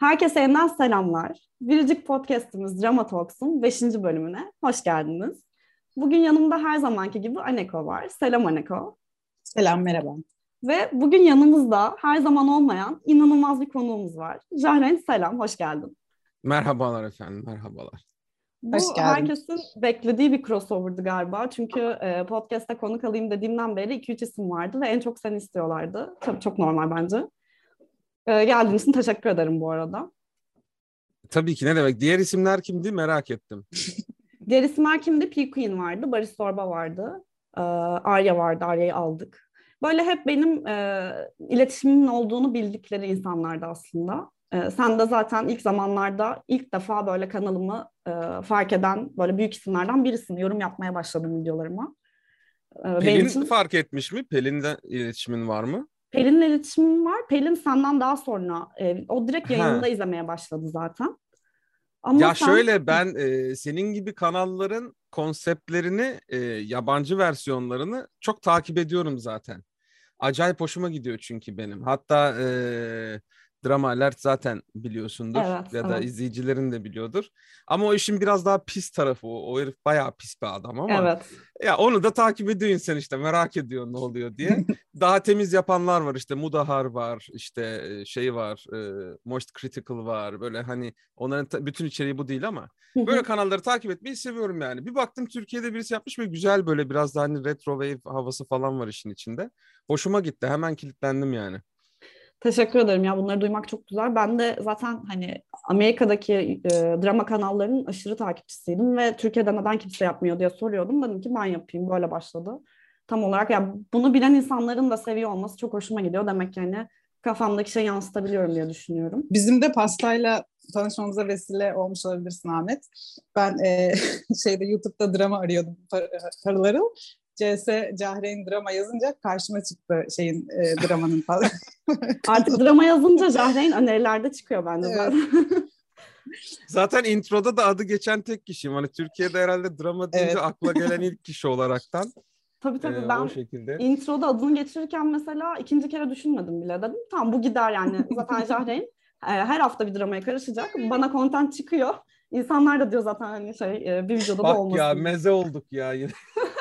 Herkese yeniden selamlar. Biricik Podcast'imiz Drama Talks'un 5. bölümüne hoş geldiniz. Bugün yanımda her zamanki gibi Aneko var. Selam Aneko. Selam, merhaba. Ve bugün yanımızda her zaman olmayan inanılmaz bir konuğumuz var. Jahren selam, hoş geldin. Merhabalar efendim, merhabalar. Bu herkesin beklediği bir crossover'dı galiba. Çünkü podcast'ta konuk alayım dediğimden beri 2-3 isim vardı ve en çok seni istiyorlardı. Tabii çok normal bence. Geldiğin için teşekkür ederim bu arada. Tabii ki, ne demek. Diğer isimler kimdi merak ettim. Diğer isimler kimdi? P-Queen vardı, Barış Sorba vardı, Arya vardı, Arya'yı aldık. Böyle hep benim iletişimimin olduğunu bildikleri insanlardı aslında. Sen de zaten ilk zamanlarda ilk defa böyle kanalımı fark eden böyle büyük isimlerden birisin. Yorum yapmaya başladım videolarıma. Pelin için... fark etmiş mi? Pelin'le iletişimin var mı? Pelin'le iletişimim var. Pelin senden daha sonra, o direkt yayında izlemeye başladı zaten. Ama ya şöyle ben senin gibi kanalların konseptlerini, yabancı versiyonlarını çok takip ediyorum zaten. Acayip hoşuma gidiyor çünkü benim. Hatta Drama Alert zaten biliyorsundur, evet, ya da izleyicilerin de biliyordur. Ama o işin biraz daha pis tarafı o. O herif bayağı pis bir adam ama. Evet. Ya onu da takip ediyor insan, işte merak ediyor ne oluyor diye. Daha temiz yapanlar var, işte Mudahar var, işte şey var, Most Critical var. Böyle hani onların bütün içeriği bu değil ama böyle kanalları takip etmeyi seviyorum yani. Bir baktım Türkiye'de birisi yapmış ve güzel, böyle biraz daha hani retro wave havası falan var işin içinde. Hoşuma gitti. Hemen kilitlendim yani. Teşekkür ederim ya, bunları duymak çok güzel. Ben de zaten hani Amerika'daki drama kanallarının aşırı takipçisiydim ve Türkiye'de neden kimse yapmıyor diye soruyordum. Dedim ki ben yapayım, böyle başladı. Tam olarak ya, bunu bilen insanların da seviyor olması çok hoşuma gidiyor. Demek ki hani kafamdaki şeyi yansıtabiliyorum diye düşünüyorum. Bizim de pastayla tanışmamıza vesile olmuş olabilirsin Ahmet. Ben YouTube'da drama arıyordum, Parılarıl. CS Cahreyn drama yazınca karşıma çıktı dramanın falan. Artık drama yazınca Cahreyn önerilerde çıkıyor bence zaten. Zaten introda da adı geçen tek kişiyim. Hani Türkiye'de herhalde drama deyince akla gelen ilk kişi olaraktan. Tabii ben introda adını geçirirken mesela ikinci kere düşünmedim bile, dedim. Tamam, bu gider yani. Zaten Cahreyn her hafta bir dramaya karışacak. Bana content çıkıyor. İnsanlar da diyor zaten hani bir videoda da olmasın. Bak ya, meze olduk ya yine.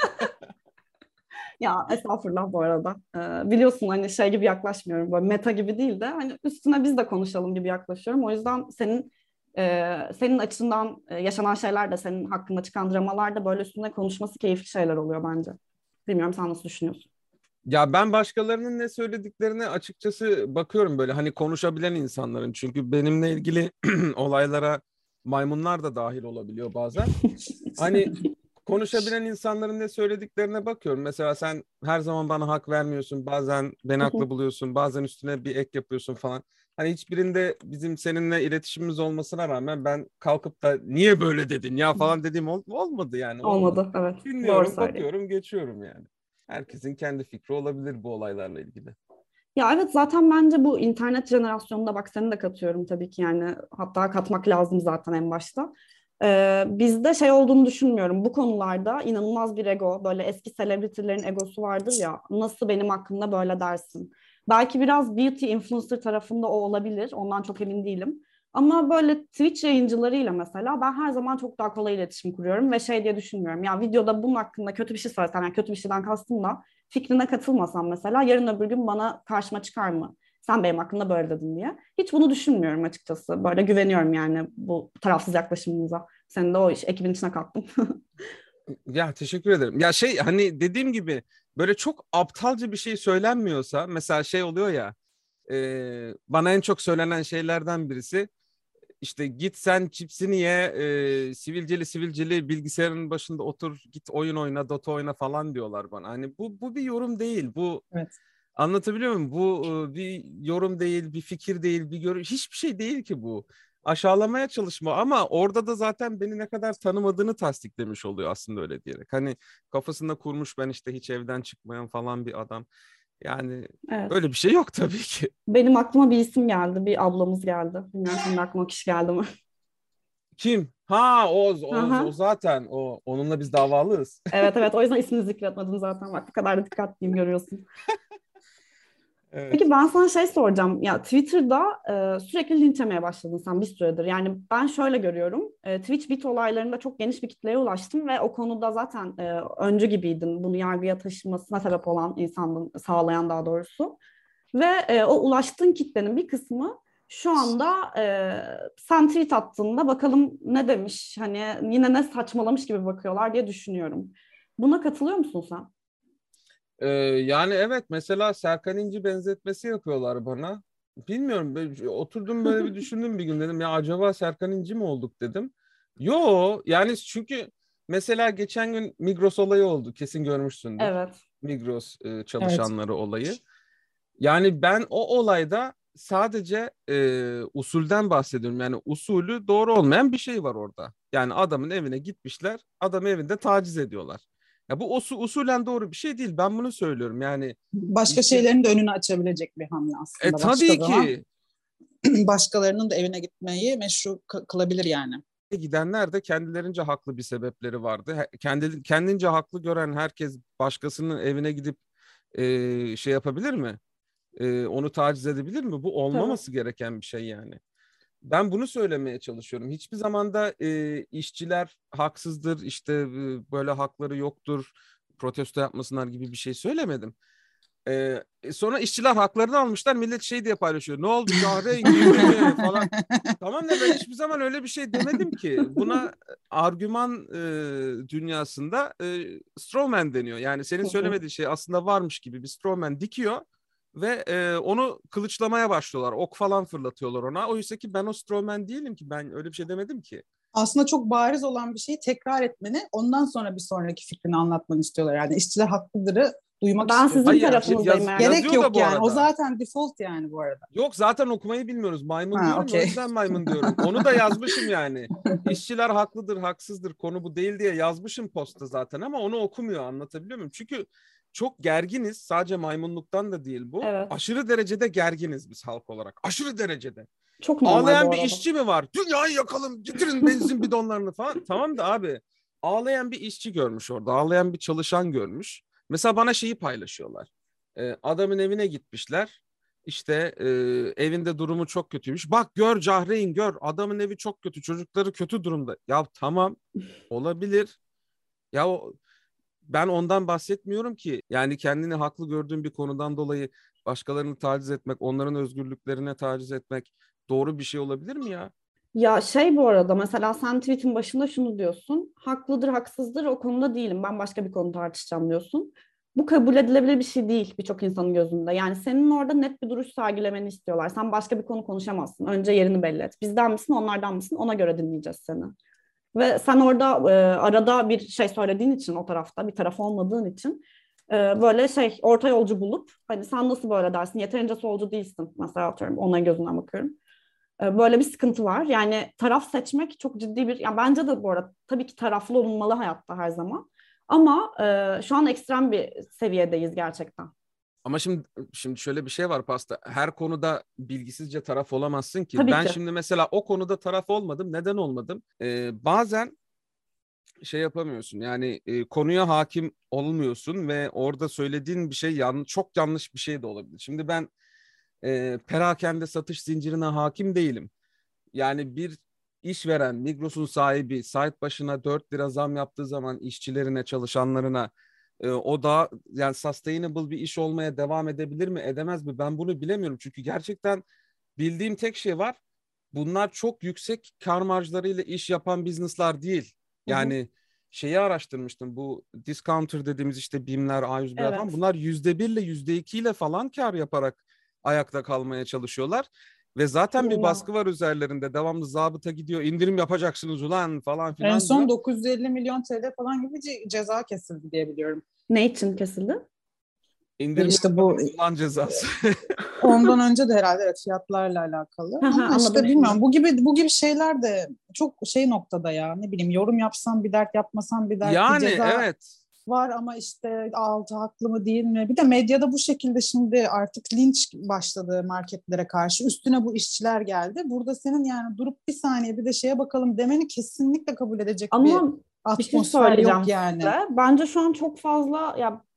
Ya estağfurullah bu arada. Biliyorsun hani şey gibi yaklaşmıyorum. Böyle meta gibi değil de hani üstüne biz de konuşalım gibi yaklaşıyorum. O yüzden senin açından yaşanan şeyler de, senin hakkında çıkan dramalar da böyle üstüne konuşması keyifli şeyler oluyor bence. Bilmiyorum, sen nasıl düşünüyorsun? Ya ben başkalarının ne söylediklerine açıkçası bakıyorum, böyle hani konuşabilen insanların, çünkü benimle ilgili olaylara maymunlar da dahil olabiliyor bazen. Hani konuşabilen insanların ne söylediklerine bakıyorum. Mesela sen her zaman bana hak vermiyorsun. Bazen beni haklı buluyorsun. Bazen üstüne bir ek yapıyorsun falan. Hani hiçbirinde bizim seninle iletişimimiz olmasına rağmen ben kalkıp da niye böyle dedin ya falan dediğim olmadı yani. Olmadı, evet. Dinliyorum, bakıyorum, geçiyorum yani. Herkesin kendi fikri olabilir bu olaylarla ilgili. Ya evet, zaten bence bu internet jenerasyonunda, bak seni de katıyorum tabii ki yani, hatta katmak lazım zaten en başta. Bizde şey olduğunu düşünmüyorum. Bu konularda inanılmaz bir ego, böyle eski celebrity'lerin egosu vardır ya, nasıl benim hakkımda böyle dersin. Belki biraz beauty influencer tarafında o olabilir. Ondan çok emin değilim. Ama böyle Twitch yayıncılarıyla mesela ben her zaman çok daha kolay iletişim kuruyorum ve şey diye düşünmüyorum. Ya videoda bunun hakkında kötü bir şey söylesem, yani kötü bir şeyden kastım da fikrine katılmasam mesela, yarın öbür gün bana karşıma çıkar mı? Sen benim hakkında böyle dedin diye. Hiç bunu düşünmüyorum açıkçası. Böyle güveniyorum yani bu tarafsız yaklaşımımıza. Sen de o ekibin içine kattın. Ya teşekkür ederim. Ya hani dediğim gibi böyle çok aptalca bir şey söylenmiyorsa, mesela şey oluyor ya, bana en çok söylenen şeylerden birisi, işte git sen çipsini ye, sivilceli bilgisayarın başında otur, git oyun oyna, Dota oyna falan diyorlar bana. Hani bu bir yorum değil. Bu, evet. Anlatabiliyor muyum? Bu bir yorum değil, bir fikir değil, hiçbir şey değil ki bu. Aşağılamaya çalışma, ama orada da zaten beni ne kadar tanımadığını tasdiklemiş oluyor aslında, öyle diyerek. Hani kafasında kurmuş, ben işte hiç evden çıkmayan falan bir adam. Yani Evet. öyle bir şey yok tabii ki. Benim aklıma bir isim geldi, bir ablamız geldi. Bilmiyorum senin aklına o kişi geldi mi? Kim? Ha, o Aha. zaten onunla biz davalıyız. Evet, o yüzden ismini zikretmedim zaten. Bak bu kadar da dikkatliyim, görüyorsun. Evet. Peki ben sana şey soracağım. Ya Twitter'da sürekli linç yemeye başladın sen bir süredir. Yani ben şöyle görüyorum. Twitch bit olaylarında çok geniş bir kitleye ulaştım ve o konuda zaten öncü gibiydin. Bunu yargıya taşınmasına sebep olan insandın, sağlayan daha doğrusu. Ve o ulaştığın kitlenin bir kısmı şu anda sen tweet attığında bakalım ne demiş, hani yine ne saçmalamış gibi bakıyorlar diye düşünüyorum. Buna katılıyor musun sen? Yani evet, mesela Serkan İnci benzetmesi yapıyorlar bana. Bilmiyorum, oturdum böyle bir düşündüm bir gün, dedim ya acaba Serkan İnci mi olduk dedim. Yo yani, çünkü mesela geçen gün Migros olayı oldu, kesin görmüşsündür. Evet. Migros Evet. çalışanları olayı. Yani ben o olayda sadece usulden bahsediyorum. Yani usulü doğru olmayan bir şey var orada. Yani adamın evine gitmişler, adam evinde taciz ediyorlar. Ya bu usulen doğru bir şey değil. Ben bunu söylüyorum. Yani Başka işçi, şeylerin de önünü açabilecek bir hamle aslında başka tabii zaman. ki Başkalarının da evine gitmeyi meşru kılabilir yani. gidenler de kendilerince haklı bir sebepleri vardı. Kendince haklı gören herkes başkasının evine gidip şey yapabilir mi? Onu taciz edebilir mi? Bu Tabii. olmaması gereken bir şey yani. Ben bunu söylemeye çalışıyorum. Hiçbir zaman da işçiler haksızdır, işte böyle hakları yoktur, protesto yapmasınlar gibi bir şey söylemedim. Sonra işçiler haklarını almışlar, millet şey diye paylaşıyor. Ne oldu, Cahreyn girdi mi falan. Tamam da ben hiçbir zaman öyle bir şey demedim ki. Buna argüman dünyasında strawman deniyor. Yani senin Hı hı. söylemediğin şey aslında varmış gibi bir strawman dikiyor ve onu kılıçlamaya başlıyorlar. Ok falan fırlatıyorlar ona. Oysa ki ben o strawman değilim ki. Ben öyle bir şey demedim ki. Aslında çok bariz olan bir şeyi tekrar etmeni, ondan sonra bir sonraki fikrini anlatmanı istiyorlar. Yani işçiler haklıdırı duymak Ben istiyor sizin Hayır, çünkü. tarafınızdayım eğer. Gerek yazıyor da yok bu yani. O arada. zaten default yani bu arada. Yok, zaten okumayı bilmiyoruz. Maymun Ha, diyorum ya, o okey. yüzden maymun diyorum. Onu da yazmışım yani. İşçiler haklıdır, haksızdır, konu bu değil diye yazmışım posta zaten, ama onu okumuyor, anlatabiliyor muyum? Çünkü çok gerginiz. Sadece maymunluktan da değil bu. Evet. Aşırı derecede gerginiz biz halk olarak. Aşırı derecede. Çok normal bu Ağlayan bir arada. işçi mi var? Dünyayı yakalım, getirin benzin bidonlarını falan. Tamam da abi, ağlayan bir işçi görmüş orada. Ağlayan bir çalışan görmüş. Mesela bana şeyi paylaşıyorlar. Adamın evine gitmişler. İşte evinde durumu çok kötüymüş. Bak gör Cahreyn, gör. Adamın evi çok kötü. Çocukları kötü durumda. Ya tamam, olabilir. Ya ben ondan bahsetmiyorum ki. Yani kendini haklı gördüğün bir konudan dolayı başkalarını taciz etmek, onların özgürlüklerine taciz etmek doğru bir şey olabilir mi ya? Ya şey bu arada mesela sen tweet'in başında şunu diyorsun. Haklıdır, haksızdır o konuda değilim. Ben başka bir konu tartışacağım diyorsun. Bu kabul edilebilir bir şey değil birçok insanın gözünde. Yani senin orada net bir duruş sergilemeni istiyorlar. Sen başka bir konu konuşamazsın. Önce yerini belli et. Bizden misin, onlardan mısın? Ona göre dinleyeceğiz seni. Ve sen orada arada bir şey söylediğin için o tarafta bir taraf olmadığın için böyle şey orta yolcu bulup hani sen nasıl böyle dersin? Yeterince solcu değilsin mesela atıyorum. Ona gözünden bakıyorum. Böyle bir sıkıntı var. Yani taraf seçmek çok ciddi bir... Yani bence de bu arada tabii ki taraflı olunmalı hayatta her zaman. Ama şu an ekstrem bir seviyedeyiz gerçekten. Ama şimdi şöyle bir şey var Pasta. Her konuda bilgisizce taraf olamazsın ki. Tabii Ben ki. şimdi mesela o konuda taraf olmadım. Neden olmadım? Bazen şey yapamıyorsun. Yani konuya hakim olmuyorsun ve orada söylediğin bir şey çok yanlış bir şey de olabilir. Şimdi ben perakende satış zincirine hakim değilim. Yani bir işveren, Migros'un sahibi saat başına 4 lira zam yaptığı zaman işçilerine, çalışanlarına, o da yani sustainable bir iş olmaya devam edebilir mi, edemez mi? Ben bunu bilemiyorum. Çünkü gerçekten bildiğim tek şey var. Bunlar çok yüksek kar marjlarıyla iş yapan business'lar değil. Hı hı. Yani şeyi araştırmıştım. Bu discounter dediğimiz işte BİM'ler, A101'ler falan, Evet. bunlar %1 ile %2 ile falan kar yaparak ayakta kalmaya çalışıyorlar. Ve zaten bir Ya. baskı var üzerlerinde. Devamlı zabıta gidiyor. İndirim yapacaksınız ulan falan En filan son diyor. 950 milyon TL falan gibi ceza kesildi diye biliyorum. Ne için kesildi? İndirim İşte bu yapmadınız ulan cezası. ondan önce de herhalde evet fiyatlarla alakalı. Hı hı, Ama işte anladım şimdi. bilmiyorum, bu gibi şeyler de çok şey noktada ya, ne bileyim, yorum yapsam bir dert, yapmasam bir dert, bir Yani ceza evet. var ama işte altı haklı mı değil mi? Bir de medyada bu şekilde şimdi artık linç başladı marketlere karşı. Üstüne bu işçiler geldi. Burada senin yani durup bir saniye bir de şeye bakalım demeni kesinlikle kabul edecek bir Ama bir şey atmosfer yok söyleyeceğim yani. size. Bence şu an çok fazla ya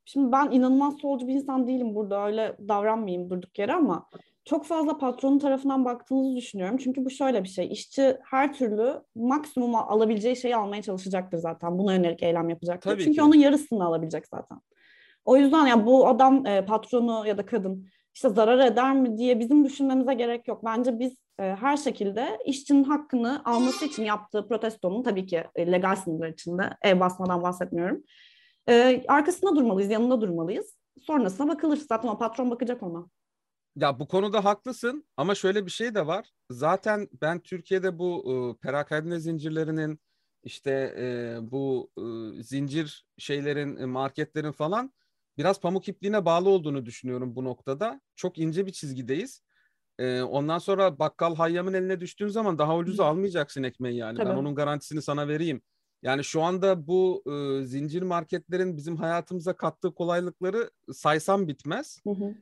Şimdi ben inanılmaz solcu bir insan değilim, burada öyle davranmayayım durduk yere, ama çok fazla patronun tarafından baktığınızı düşünüyorum. Çünkü bu şöyle bir şey. İşçi her türlü maksimum alabileceği şeyi almaya çalışacaktır zaten. Buna yönelik eylem yapacaktır. Tabii Çünkü ki. onun yarısını alabilecek zaten. O yüzden ya bu adam patronu ya da kadın işte zarar eder mi diye bizim düşünmemize gerek yok. Bence biz her şekilde işçinin hakkını alması için yaptığı protestonun, tabii ki legal sınırlar içinde, ev basmadan bahsetmiyorum. Arkasında durmalıyız, yanında durmalıyız. Sonrasına bakılır. Zaten o patron bakacak ona. Ya bu konuda haklısın ama şöyle bir şey de var. Zaten ben Türkiye'de bu perakende zincirlerinin işte bu zincir şeylerin, marketlerin falan biraz pamuk ipliğine bağlı olduğunu düşünüyorum bu noktada. Çok ince bir çizgideyiz. Ondan sonra bakkal hayyamın eline düştüğün zaman daha ucuza almayacaksın ekmeği yani. Ben Tabii. onun garantisini sana vereyim. Yani şu anda bu zincir marketlerin bizim hayatımıza kattığı kolaylıkları saysam bitmez. Hı hı.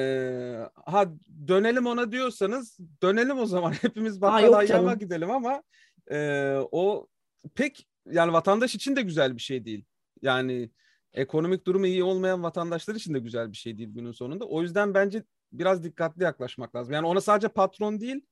Ha dönelim ona diyorsanız dönelim o zaman hepimiz Aa, bakkal yok hayyama canım. gidelim ama o pek yani vatandaş için de güzel bir şey değil. Yani ekonomik durumu iyi olmayan vatandaşlar için de güzel bir şey değil günün sonunda. O yüzden bence biraz dikkatli yaklaşmak lazım. Yani ona sadece patron değil,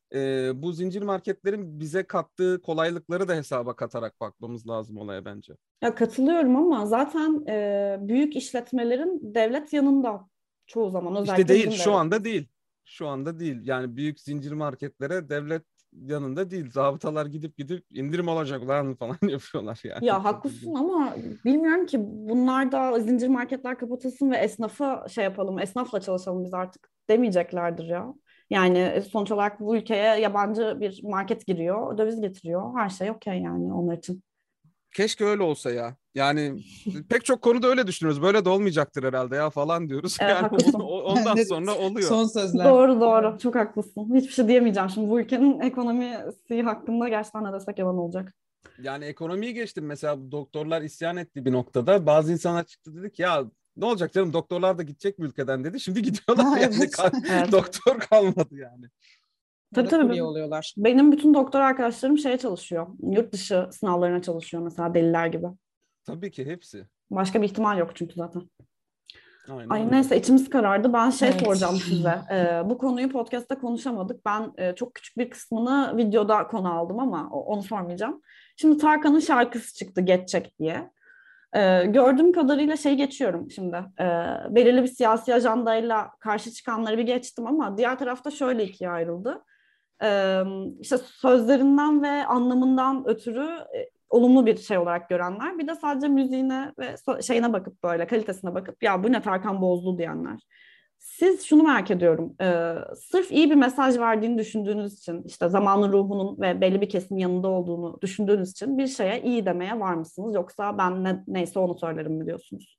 bu zincir marketlerin bize kattığı kolaylıkları da hesaba katarak bakmamız lazım olaya bence. Ya katılıyorum ama zaten büyük işletmelerin devlet yanında çoğu zaman, İşte özellikle değil, bizim şu anda devletimiz. değil. Şu anda değil. Yani büyük zincir marketlere devlet yanında değil. Zabıtalar gidip indirim olacak lan falan yapıyorlar yani. Ya Çok haklısın ilginç. ama bilmiyorum ki, bunlar da zincir marketler kapatılsın ve esnafa şey yapalım, esnafla çalışalım biz artık demeyeceklerdir ya. Yani sonuç olarak bu ülkeye yabancı bir market giriyor, döviz getiriyor. Her şey okey yani onlar için. Keşke öyle olsa ya. Yani pek çok konuda öyle düşünüyoruz. Böyle de olmayacaktır herhalde ya falan diyoruz. Evet, Yani haklısın. ondan Evet, sonra oluyor. son sözler. Doğru Evet. doğru. Çok haklısın. Hiçbir şey diyemeyeceğim. Şimdi bu ülkenin ekonomisi hakkında gerçekten ne desek yalan olacak. Yani ekonomiyi geçtim. Mesela bu doktorlar isyan etti bir noktada. Bazı insanlar çıktı dedi ki ya ne olacak canım doktorlar da gidecek bu ülkeden dedi. Şimdi gidiyorlar Ha, yani evet. Evet. doktor kalmadı yani. Ya Tabii da kurye tabii. oluyorlar. Benim bütün doktor arkadaşlarım şeye çalışıyor. Yurt dışı sınavlarına çalışıyor mesela, deliler gibi. Tabii ki hepsi. Başka bir ihtimal yok çünkü zaten. Aynen Ay öyle. neyse, içimiz karardı. Ben şey Evet. soracağım size. Bu konuyu podcast'ta konuşamadık. Ben çok küçük bir kısmını videoda konu aldım ama onu sormayacağım. Şimdi Tarkan'ın şarkısı çıktı, Geçecek diye. Gördüğüm kadarıyla şey geçiyorum şimdi. Belirli bir siyasi ajandayla karşı çıkanları bir geçtim ama diğer tarafta şöyle ikiye ayrıldı. İşte sözlerinden ve anlamından ötürü olumlu bir şey olarak görenler. Bir de sadece müziğine ve şeyine bakıp, böyle kalitesine bakıp ya bu ne Tarkan bozdu diyenler. Siz şunu merak ediyorum. Sırf iyi bir mesaj verdiğini düşündüğünüz için, işte zamanın ruhunun ve belli bir kesimin yanında olduğunu düşündüğünüz için bir şeye iyi demeye var mısınız? Yoksa ben neyse onu söylerim mi diyorsunuz?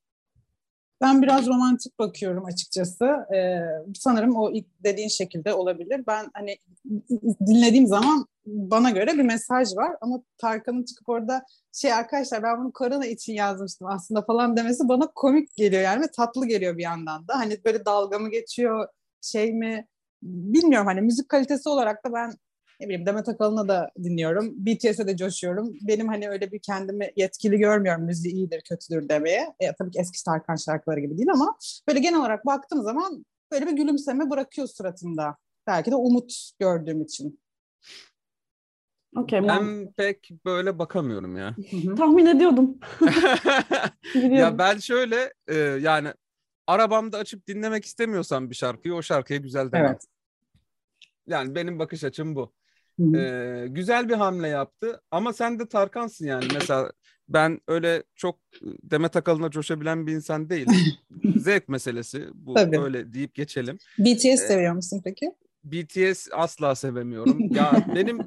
Ben biraz romantik bakıyorum açıkçası. Sanırım o ilk dediğin şekilde olabilir. Ben hani dinlediğim zaman bana göre bir mesaj var ama Tarkan'ın çıkıp orada şey arkadaşlar ben bunu korona için yazmıştım aslında falan demesi bana komik geliyor yani ve tatlı geliyor bir yandan da. Hani böyle dalga mı geçiyor şey mi bilmiyorum hani müzik kalitesi olarak da ben ne bileyim Demet Akalın'ı da dinliyorum. BTS'e de coşuyorum. Benim hani öyle bir kendimi yetkili görmüyorum müziği iyidir kötüdür demeye. Tabii ki eski Tarkan şarkıları gibi değil ama böyle genel olarak baktığım zaman böyle bir gülümseme bırakıyor suratımda. Belki de umut gördüğüm için. Okey, Ben pek böyle bakamıyorum ya. Hı hı. tahmin ediyordum. Ya Biliyordum. ben şöyle yani arabamda açıp dinlemek istemiyorsam bir şarkıyı o şarkıya güzel demem. Evet. Yani benim bakış açım bu. Hı hı. Güzel bir hamle yaptı ama sen de Tarkan'sın yani. Mesela ben öyle çok Demet Akalın'a coşabilen bir insan değilim. Zevk meselesi bu Tabii. öyle deyip geçelim. BTS Ee, seviyor musun peki? BTS asla sevemiyorum. Ya benim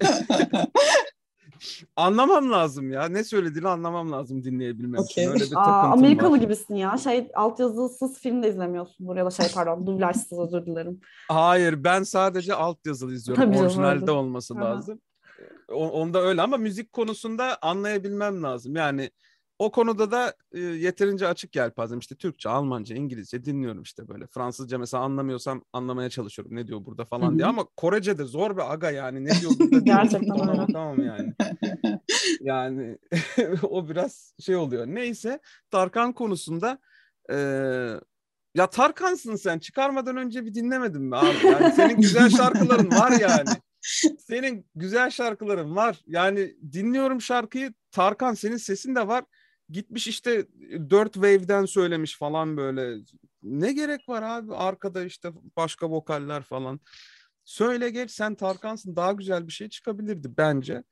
anlamam lazım ya. Ne söylediğini anlamam lazım dinleyebilmem için. Okey. Öyle bir Aa, takıntım Amerikalı var. gibisin ya. Şey, altyazısız film de izlemiyorsundur ya da şey, pardon, dublajsız, özür dilerim. Hayır, ben sadece altyazılı izliyorum. Tabii canım, Orijinalde öyledir. olması Aha. lazım. Onda öyle ama müzik konusunda anlayabilmem lazım. Yani o konuda da yeterince açık yelpazem. İşte Türkçe, Almanca, İngilizce dinliyorum işte böyle. Fransızca mesela anlamıyorsam anlamaya çalışıyorum. Ne diyor burada Hı falan diye. hı. Ama Korece de zor bir aga yani. Ne diyor burada diye oturup da Gerçekten ona öyle. bakamam yani. Yani o biraz şey oluyor. Neyse Tarkan konusunda Ya Tarkan'sın sen. Çıkarmadan önce bir dinlemedin mi abi? Yani senin güzel şarkıların var yani. Senin güzel şarkıların var. Yani dinliyorum şarkıyı. Tarkan, senin sesin de var. Gitmiş işte 4 wave'den söylemiş falan böyle. Ne gerek var abi? Arkada işte başka vokaller falan. Söyle geç, sen Tarkan'sın. Daha güzel bir şey çıkabilirdi bence.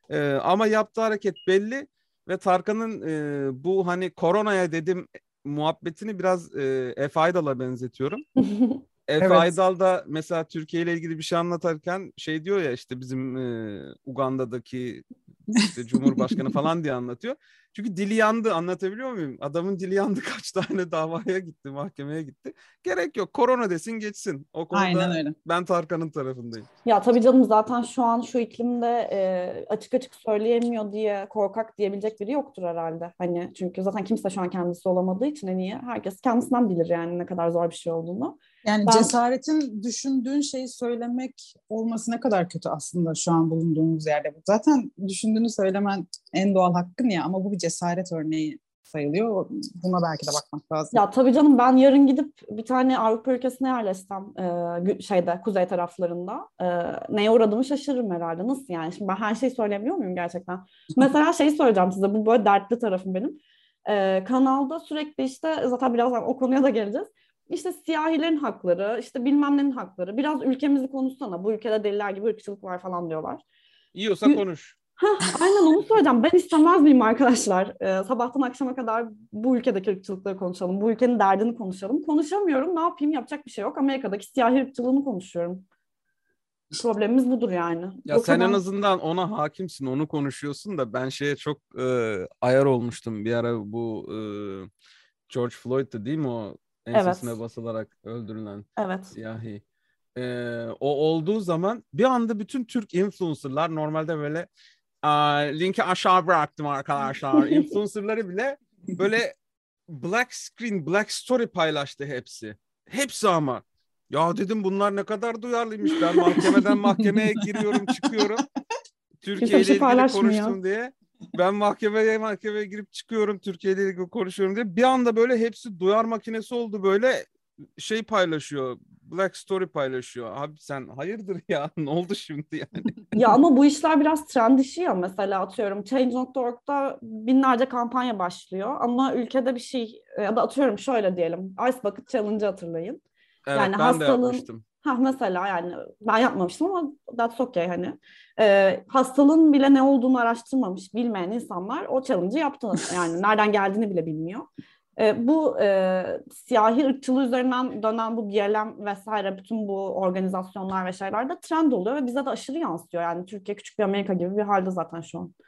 Ama yaptığı hareket belli ve Tarkan'ın bu hani koronaya dedim muhabbetini biraz Efe Aydal'a benzetiyorum. Efe Evet. Aydal da mesela Türkiye ile ilgili bir şey anlatırken şey diyor ya, işte bizim Uganda'daki işte Cumhurbaşkanı falan diye anlatıyor. Çünkü dili yandı, anlatabiliyor muyum? Adamın dili yandı, kaç tane davaya gitti, mahkemeye gitti. Gerek yok, korona desin geçsin. O Aynen konuda öyle. ben Tarkan'ın tarafındayım. Ya tabii canım, zaten şu an şu iklimde açık açık söyleyemiyor diye korkak diyebilecek biri yoktur herhalde. Hani çünkü zaten kimse şu an kendisi olamadığı için en iyi herkes kendisinden bilir yani ne kadar zor bir şey olduğunu. Yani Ben cesaretin düşündüğün şeyi söylemek olması ne kadar kötü aslında şu an bulunduğumuz yerde. Zaten düşündüğünü söylemen en doğal hakkın ya, ama bu bir cesaret örneği sayılıyor. Buna belki de bakmak lazım. Ya tabii canım, ben yarın gidip bir tane Avrupa ülkesine yerleşsem şeyde kuzey taraflarında neye uğradığımı şaşırırım herhalde. Nasıl yani? Şimdi ben her şeyi söyleyebiliyor muyum gerçekten? Mesela şeyi söyleyeceğim size, bu böyle dertli tarafım benim. Kanalda sürekli işte, zaten birazdan o konuya da geleceğiz. İşte siyahilerin hakları, işte bilmem nenin hakları. Biraz ülkemizi konuşsana. Bu ülkede deliler gibi ırkçılık var falan diyorlar. Yiyorsa konuş. Aynen onu söyleyeceğim. Ben istemez miyim arkadaşlar? Sabahtan akşama kadar bu ülkedeki ırkçılıkları konuşalım. Bu ülkenin derdini konuşalım. Konuşamıyorum. Ne yapayım? Yapacak bir şey yok. Amerika'daki siyahi ırkçılığını konuşuyorum. Problemimiz budur yani. Ya Yoksa sen en ben... azından ona hakimsin, onu konuşuyorsun da ben şeye çok ayar olmuştum bir ara, bu George Floyd'tu değil mi o, ensesine Evet. basılarak öldürülen Evet. siyahi. O olduğu zaman bir anda bütün Türk influencerlar, normalde böyle linki aşağı bıraktım arkadaşlar, influencerları bile böyle black screen, black story paylaştı hepsi. Hepsi ama. Ya dedim, bunlar ne kadar duyarlıymış. Ben mahkemeden mahkemeye giriyorum, çıkıyorum. Kimse Türkiye bir ile şey ilgili paylaşmıyor. konuştum diye. Ben mahkemeye girip çıkıyorum, Türkiye ile ilgili konuşuyorum diye. Bir anda böyle hepsi duyar makinesi oldu, böyle şey paylaşıyor. Black Story paylaşıyor. Abi sen hayırdır ya? Ne oldu şimdi yani? Ya ama bu işler biraz trend işi ya. Mesela atıyorum Change.org'da binlerce kampanya başlıyor. Ama ülkede bir şey, ya da atıyorum şöyle diyelim. Ice Bucket Challenge'ı hatırlayın. Evet, Yani ben de hastalığın, yapmıştım. mesela yani ben yapmamıştım ama that's okay hani. Hastalığın bile ne olduğunu araştırmamış, bilmeyen insanlar o challenge'ı yaptı. Yani nereden geldiğini bile bilmiyor. Bu siyahi ırkçılığı üzerinden dönen bu BLM vesaire, bütün bu organizasyonlar ve şeyler de trend oluyor ve bize de aşırı yansıyor. Yani Türkiye küçük bir Amerika gibi bir halde zaten şu an.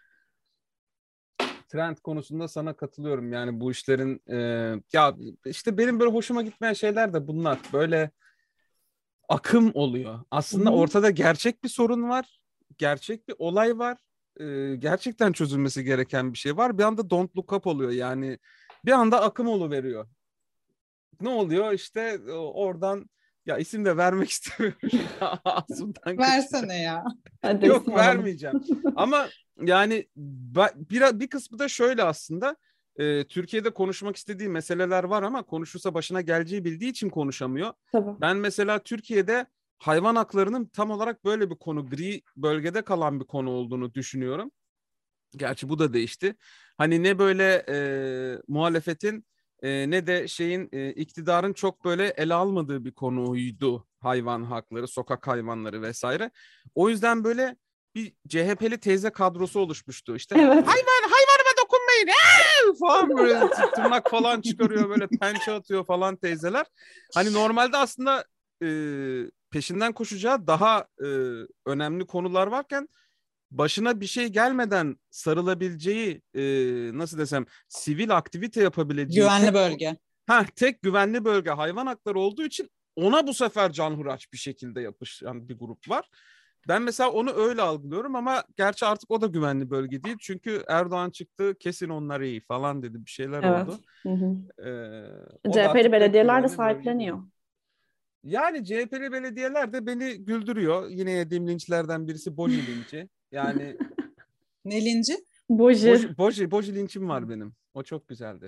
Trend konusunda sana katılıyorum. Yani bu işlerin ya işte benim böyle hoşuma gitmeyen şeyler de bunlar. Böyle akım oluyor. Hı Aslında hı. ortada gerçek bir sorun var. Gerçek bir olay var. Gerçekten çözülmesi gereken bir şey var. Bir anda don't look up oluyor. Yani bir anda akım oluveriyor. Ne oluyor? İşte oradan, ya isim de vermek istemiyorum. Şimdi ağzımdan kaçacak. Versene ya. Hadi Yok, isim alalım. vermeyeceğim. Ama yani bir kısmı da şöyle aslında. Türkiye'de konuşmak istediği meseleler var ama konuşursa başına geleceği bildiği için konuşamıyor. Tabii. Ben mesela Türkiye'de hayvan haklarının tam olarak böyle bir konu, gri bölgede kalan bir konu olduğunu düşünüyorum. Gerçi bu da değişti. Hani ne böyle muhalefetin ne de şeyin, iktidarın çok böyle ele almadığı bir konuydu hayvan hakları, sokak hayvanları vesaire. O yüzden böyle bir CHP'li teyze kadrosu oluşmuştu. İşte Evet. hayvanıma dokunmayın falan, böyle tırnak falan çıkarıyor, böyle pençe atıyor falan teyzeler. Hani normalde aslında peşinden koşacağı daha önemli konular varken, başına bir şey gelmeden sarılabileceği, nasıl desem, sivil aktivite yapabileceği Güvenli bölge. tek güvenli bölge hayvan hakları olduğu için ona bu sefer canhıraç bir şekilde yapışan bir grup var. Ben mesela onu öyle algılıyorum ama gerçi artık o da güvenli bölge değil. Çünkü Erdoğan çıktı, kesin onlar iyi falan dedi, bir şeyler Evet. oldu. Hı hı. O da CHP'li artık pek belediyeler de güvenli bölge değil. sahipleniyor. Yani CHP'li belediyeler de beni güldürüyor. Yine yediğim linçlerden birisi Boji linci. Yani Ne linci? Boji. Boji linçim var benim. O çok güzeldir.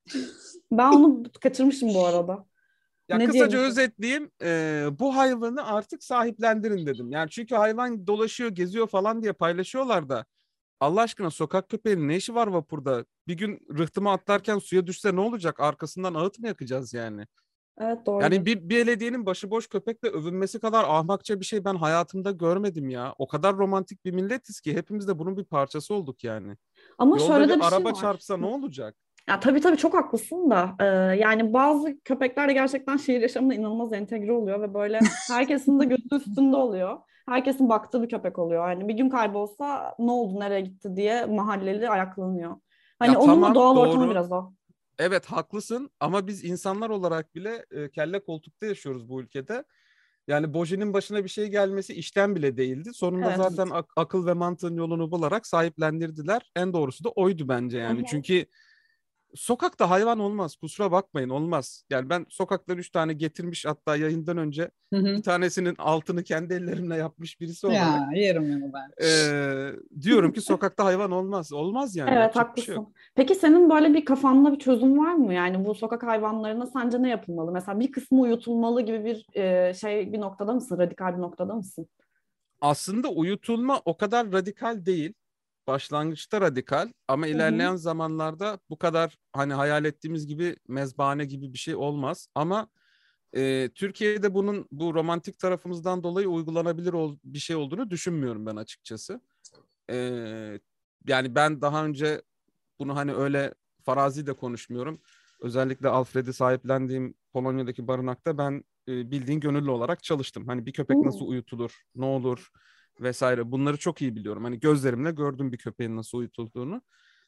Ben onu kaçırmışım bu arada. Ya Ne kısaca diyelim? özetleyeyim, bu hayvanı artık sahiplendirin dedim. Yani çünkü hayvan dolaşıyor, geziyor falan diye paylaşıyorlar da Allah aşkına sokak köpeğinin ne işi var vapurda? Bir gün rıhtıma atlarken suya düşse ne olacak? Arkasından ağıt mı yakacağız yani? Evet, doğru Yani diyorsun. bir belediyenin başıboş köpekle övünmesi kadar ahmakça bir şey ben hayatımda görmedim ya. O kadar romantik bir milletiz ki hepimiz de bunun bir parçası olduk yani. Ama Yolda şöyle de bir bir şey araba var. çarpsa ne olacak? Ya tabii çok haklısın da yani bazı köpekler de gerçekten şehir yaşamına inanılmaz entegre oluyor ve böyle herkesin de gözü üstünde oluyor. Herkesin baktığı bir köpek oluyor. Yani bir gün kaybolsa ne oldu, nereye gitti diye mahalleli ayaklanıyor. Hani Ya onun da tamam doğal ortamı doğru. biraz o. Evet haklısın ama biz insanlar olarak bile kelle koltukta yaşıyoruz bu ülkede. Yani Boji'nin başına bir şey gelmesi işten bile değildi. Sonunda Evet. zaten akıl ve mantığın yolunu bularak sahiplendirdiler. En doğrusu da oydu bence Hı yani. hı. Çünkü sokakta hayvan olmaz. Kusura bakmayın olmaz. Yani ben sokaktan 3 tane getirmiş hatta yayından önce Hı bir hı. tanesinin altını kendi ellerimle yapmış birisi olarak Ya yerim onu ben. diyorum ki sokakta hayvan olmaz. Olmaz yani Evet, yapacak bir şey yok. haklısın. Peki senin böyle bir kafanda bir çözüm var mı? Yani bu sokak hayvanlarına sence ne yapılmalı? Mesela bir kısmı uyutulmalı gibi bir bir noktada mısın? Radikal bir noktada mısın? Aslında uyutulma o kadar radikal değil. Başlangıçta radikal ama Hı hı. ilerleyen zamanlarda bu kadar hani hayal ettiğimiz gibi mezbahane gibi bir şey olmaz. Ama Türkiye'de bunun bu romantik tarafımızdan dolayı uygulanabilir bir şey olduğunu düşünmüyorum ben açıkçası. E, Yani ben daha önce bunu hani öyle farazi de konuşmuyorum. Özellikle Alfred'i sahiplendiğim Polonya'daki barınakta ben bildiğin gönüllü olarak çalıştım. Hani bir köpek Hı. nasıl uyutulur, ne olur vesaire bunları çok iyi biliyorum. Hani gözlerimle gördüm bir köpeğin nasıl uyutulduğunu.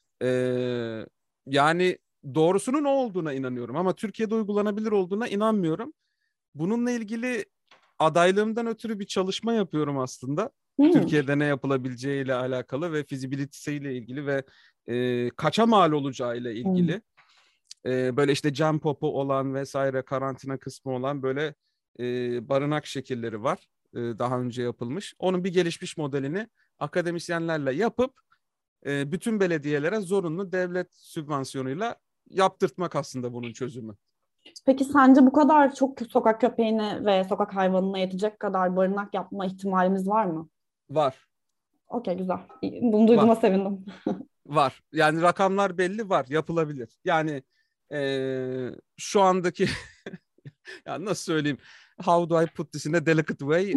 Yani doğrusunun o olduğuna inanıyorum ama Türkiye'de uygulanabilir olduğuna inanmıyorum. Bununla ilgili adaylığımdan ötürü bir çalışma yapıyorum aslında. Hı. Türkiye'de ne yapılabileceğiyle alakalı ve fizibilitesiyle ilgili ve kaça mal olacağıyla Hı. ilgili. Böyle işte cam popu olan vesaire karantina kısmı olan böyle barınak şekilleri var. Daha önce yapılmış. Onun bir gelişmiş modelini akademisyenlerle yapıp bütün belediyelere zorunlu devlet sübvansiyonuyla yaptırtmak aslında bunun çözümü. Peki sence bu kadar çok sokak köpeğine ve sokak hayvanına yetecek kadar barınak yapma ihtimalimiz var mı? Var, Okey, güzel. Bunu duyduğuma var, sevindim. var. Yani rakamlar belli var, yapılabilir. Yani şu andaki ya nasıl söyleyeyim? How do I put this in a delicate way?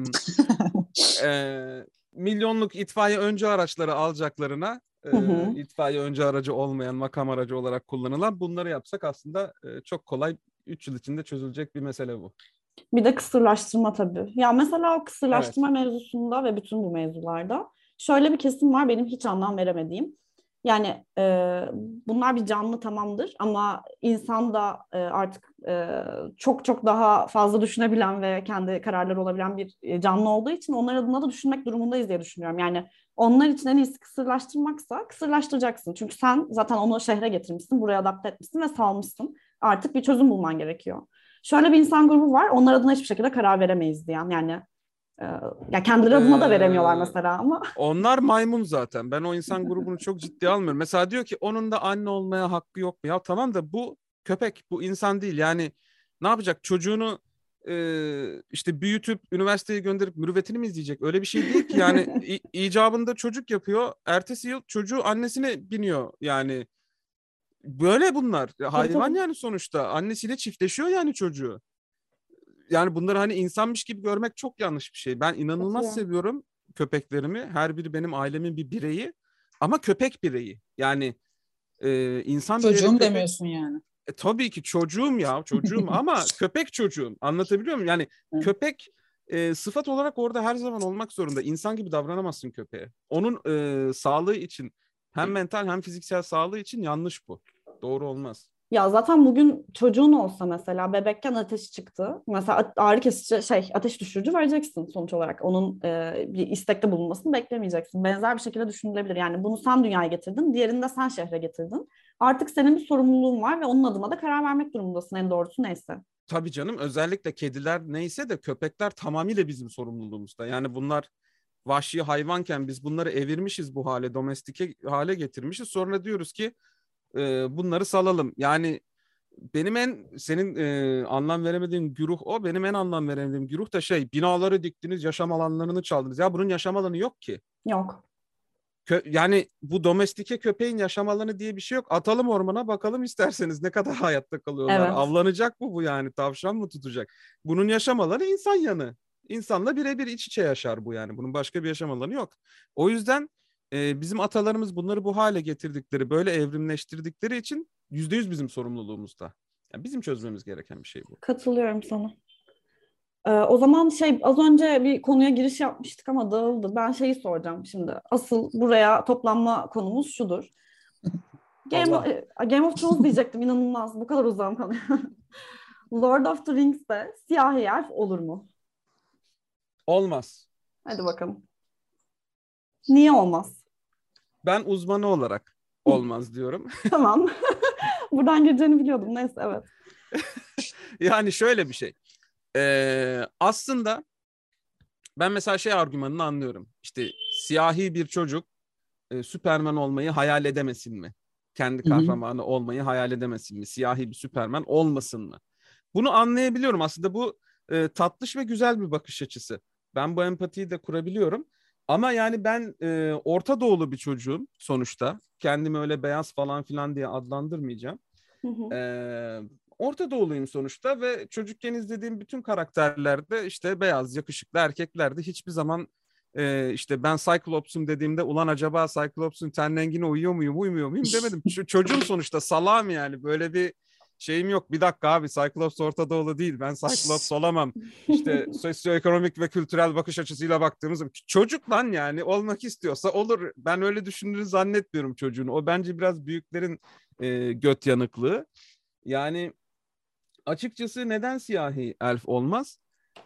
Milyonluk itfaiye öncü araçları alacaklarına Hı hı. itfaiye öncü aracı olmayan makam aracı olarak kullanılan bunları yapsak aslında çok kolay 3 yıl içinde çözülecek bir mesele bu. Bir de kısırlaştırma tabii. Ya mesela o Evet. kısırlaştırma mevzusunda ve bütün bu mevzularda şöyle bir kesim var benim hiç anlam veremediğim. Yani bunlar bir canlı, tamamdır, ama insan da artık çok daha fazla düşünebilen ve kendi kararları olabilen bir canlı olduğu için onlar adına da düşünmek durumundayız diye düşünüyorum. Yani onlar için en iyisi kısırlaştırmaksa kısırlaştıracaksın. Çünkü sen zaten onu şehre getirmişsin, buraya adapte etmişsin ve salmışsın. Artık bir çözüm bulman gerekiyor. Şöyle bir insan grubu var. Onlar adına hiçbir şekilde karar veremeyiz diyen. Yani e, ya kendileri adına da veremiyorlar Ee, mesela ama. Onlar maymun zaten. Ben o insan grubunu çok ciddiye almıyorum. Mesela diyor ki onun da anne olmaya hakkı yok mu? Ya tamam da bu köpek, bu insan değil. Yani ne yapacak? Çocuğunu işte büyütüp üniversiteye gönderip mürüvvetini mi izleyecek? Öyle bir şey değil ki. Yani icabında çocuk yapıyor. Ertesi yıl çocuğu annesine biniyor. Yani böyle bunlar. Tabii Hayvan tabii. yani sonuçta. Annesiyle çiftleşiyor yani çocuğu. Yani bunları hani insanmış gibi görmek çok yanlış bir şey. Ben inanılmaz Katılıyorum. seviyorum köpeklerimi. Her biri benim ailemin bir bireyi. Ama köpek bireyi. Yani insan değeri Çocuğum köpek. demiyorsun yani. Tabii ki çocuğum ya çocuğum ama köpek çocuğum. Anlatabiliyor muyum? Yani Hı. köpek sıfat olarak orada her zaman olmak zorunda. İnsan gibi davranamazsın köpeğe. Onun sağlığı için hem mental hem fiziksel sağlığı için yanlış bu. Doğru olmaz. Ya zaten bugün çocuğun olsa mesela bebekken ateşi çıktı. Mesela ağrı kesici ateş düşürücü vereceksin sonuç olarak. Onun bir istekte bulunmasını beklemeyeceksin. Benzer bir şekilde düşünülebilir. Yani bunu sen dünyaya getirdin, diğerini de sen şehre getirdin. Artık senin bir sorumluluğun var ve onun adına da karar vermek durumundasın, en doğrusu neyse. Tabii canım özellikle kediler neyse de köpekler tamamıyla bizim sorumluluğumuzda. Yani bunlar vahşi hayvanken biz bunları evirmişiz bu hale, domestike hale getirmişiz. Sonra diyoruz ki bunları salalım. Yani benim senin anlam veremediğin güruh o. Benim en anlam veremediğim güruh da binaları diktiniz, yaşam alanlarını çaldınız. Ya bunun yaşam alanı yok ki. Yok. Yani bu domestike köpeğin yaşam alanı diye bir şey yok. Atalım ormana bakalım isterseniz ne kadar hayatta kalıyorlar. Evet. Avlanacak mı bu yani? Tavşan mı tutacak? Bunun yaşam alanı insan yanı. İnsanla birebir iç içe yaşar bu yani. Bunun başka bir yaşam alanı yok. O yüzden bizim atalarımız bunları bu hale getirdikleri, böyle evrimleştirdikleri için %100 bizim sorumluluğumuzda. Yani bizim çözmemiz gereken bir şey bu. Katılıyorum sana. O zaman az önce bir konuya giriş yapmıştık ama dağıldı. Ben şeyi soracağım şimdi. Asıl buraya toplanma konumuz şudur. Game of Thrones diyecektim, inanılmaz. Bu kadar uzağım konuya. Lord of the Rings'te siyahi elf olur mu? Olmaz. Hadi bakalım. Niye olmaz? Ben uzmanı olarak olmaz diyorum. Tamam. Buradan gireceğini biliyordum. Neyse, evet. Yani şöyle bir şey. Aslında ben mesela argümanını anlıyorum. İşte siyahi bir çocuk Süperman olmayı hayal edemesin mi? Kendi kahramanı olmayı hayal edemesin mi? Siyahi bir Süperman olmasın mı? Bunu anlayabiliyorum. Aslında bu tatlış ve güzel bir bakış açısı. Ben bu empatiyi de kurabiliyorum. Ama yani ben Orta Doğulu bir çocuğum sonuçta. Kendimi öyle beyaz falan filan diye adlandırmayacağım. Orta Doğuluyum sonuçta ve çocukken izlediğim bütün karakterlerde işte beyaz, yakışıklı erkeklerdi. Hiçbir zaman işte ben Cyclops'um dediğimde ulan acaba Cyclops'un ten rengine uyuyor muyum, uymuyor muyum demedim. Çocuğum sonuçta, salağım yani. Böyle bir şeyim yok. Bir dakika abi, Cyclops Orta Doğulu değil. Ben Cyclops olamam. İşte sosyoekonomik ve kültürel bakış açısıyla baktığımız çocuk lan, yani olmak istiyorsa olur. Ben öyle düşündüğünü zannetmiyorum çocuğun. O bence biraz büyüklerin göt yanıklığı. Yani açıkçası neden siyahi elf olmaz?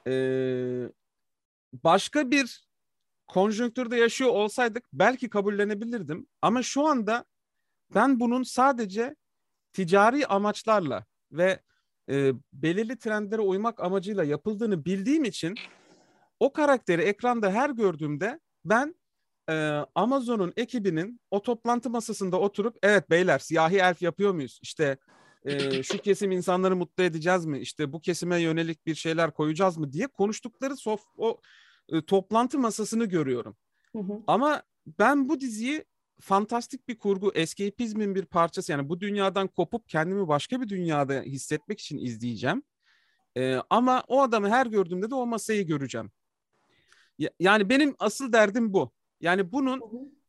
Başka bir konjonktürde yaşıyor olsaydık belki kabullenebilirdim. Ama şu anda ben bunun sadece ticari amaçlarla ve belirli trendlere uymak amacıyla yapıldığını bildiğim için o karakteri ekranda her gördüğümde ben Amazon'un ekibinin o toplantı masasında oturup evet beyler siyahi elf yapıyor muyuz? İşte şu kesim insanları mutlu edeceğiz mi? İşte bu kesime yönelik bir şeyler koyacağız mı diye konuştukları toplantı masasını görüyorum. Ama ben bu diziyi fantastik bir kurgu, escapizmin bir parçası, yani bu dünyadan kopup kendimi başka bir dünyada hissetmek için izleyeceğim. Ama o adamı her gördüğümde de o masayı göreceğim. Yani benim asıl derdim bu. Yani bunun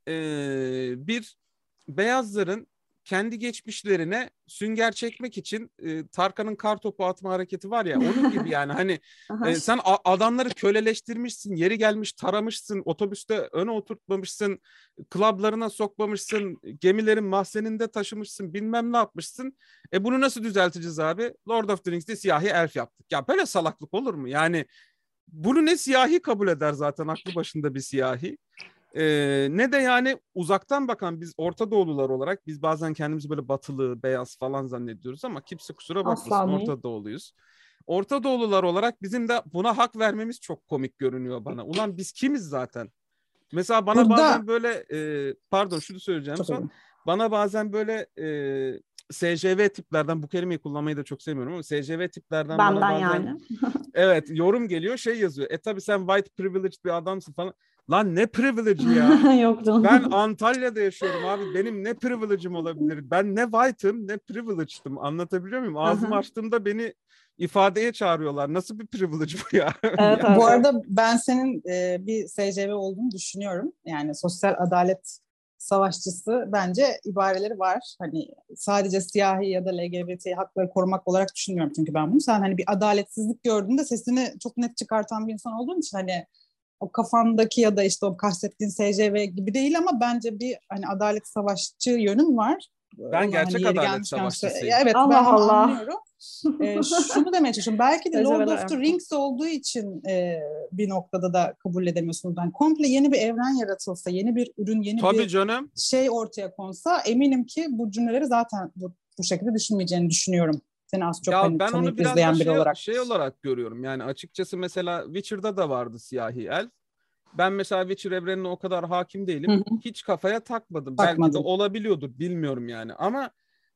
bir beyazların kendi geçmişlerine sünger çekmek için Tarkan'ın kar topu atma hareketi var ya, onun gibi yani hani sen adamları köleleştirmişsin, yeri gelmiş taramışsın, otobüste öne oturtmamışsın, klablarına sokmamışsın, gemilerin mahzeninde taşımışsın, bilmem ne yapmışsın. Bunu nasıl düzelteceğiz abi? Lord of the Rings'te siyahi elf yaptık. Ya böyle salaklık olur mu? Yani bunu ne siyahi kabul eder zaten, aklı başında bir siyahi. Ne de yani uzaktan bakan biz Orta Doğulular olarak biz bazen kendimizi böyle batılı, beyaz falan zannediyoruz ama kimse kusura bakmasın, Orta Doğuluyuz. Orta Doğulular olarak bizim de buna hak vermemiz çok komik görünüyor bana. Ulan biz kimiz zaten? Mesela bana bazen böyle pardon şunu söyleyeceğim son. Bana bazen böyle SJV tiplerden, bu kelimeyi kullanmayı da çok sevmiyorum ama SJV tiplerden benden bana bazen yani. evet yorum geliyor, yazıyor. Tabii sen white privileged bir adamsın falan. Lan ne privilege'i ya? Yok canım. Ben Antalya'da yaşıyorum abi. Benim ne privilege'im olabilir? Ben ne white'ım ne privileged'ım. Anlatabiliyor muyum? Ağzımı açtığımda beni ifadeye çağırıyorlar. Nasıl bir privilege bu ya? Evet, bu arada ben senin bir SCV olduğunu düşünüyorum. Yani sosyal adalet savaşçısı bence ibareleri var. Hani sadece siyahi ya da LGBT hakları korumak olarak düşünmüyorum çünkü ben bunu. Sen hani bir adaletsizlik gördüğünde sesini çok net çıkartan bir insan olduğun için hani o kafandaki ya da işte o kastettiğin SCV gibi değil ama bence bir hani adalet savaşçı yönüm var. Ben gerçek hani adalet savaşçısıyım. Evet, Allah ben Allah. anlıyorum. Şunu demeye çalışıyorum. Belki de Lord of the Rings olduğu için bir noktada da kabul edemiyorsunuz. Yani komple yeni bir evren yaratılsa, yeni bir ürün, yeni Tabii bir canım. şey ortaya konsa eminim ki bu cümleleri zaten bu şekilde düşünmeyeceğini düşünüyorum. Seni az çok ya ben onu biraz izleyen da biri olarak. şey olarak görüyorum. Yani açıkçası mesela Witcher'da da vardı siyahi elf. Ben mesela Witcher evrenine o kadar hakim değilim. Hiç kafaya takmadım. Belki de olabiliyordur, bilmiyorum yani. Ama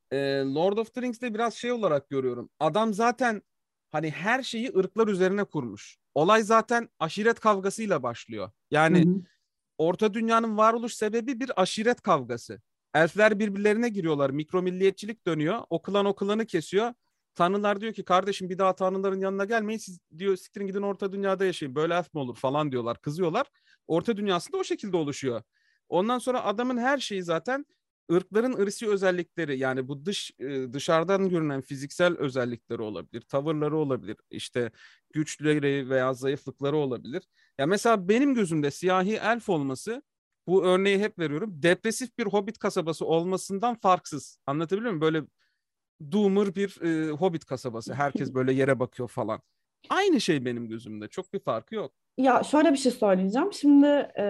Lord of the Rings'te biraz şey olarak görüyorum. Adam zaten hani her şeyi ırklar üzerine kurmuş. Olay zaten aşiret kavgasıyla başlıyor. Hı Yani hı. Orta Dünya'nın varoluş sebebi bir aşiret kavgası. Elfler birbirlerine giriyorlar. Mikromilliyetçilik dönüyor. O klan o klanı kesiyor. Tanrılar diyor ki kardeşim bir daha tanrıların yanına gelmeyin. Siz diyor siktirin gidin Orta Dünya'da yaşayın. Böyle elf mi olur falan diyorlar. Kızıyorlar. Orta Dünyası'nda o şekilde oluşuyor. Ondan sonra adamın her şeyi zaten ırkların ırsi özellikleri, yani bu dışarıdan görünen fiziksel özellikleri olabilir, tavırları olabilir, işte güçleri veya zayıflıkları olabilir. Ya mesela benim gözümde siyahi elf olması, bu örneği hep veriyorum, depresif bir hobbit kasabası olmasından farksız. Anlatabiliyor muyum? Böyle doomer bir hobbit kasabası. Herkes böyle yere bakıyor falan. Aynı şey benim gözümde. Çok bir farkı yok. Ya şöyle bir şey söyleyeceğim. Şimdi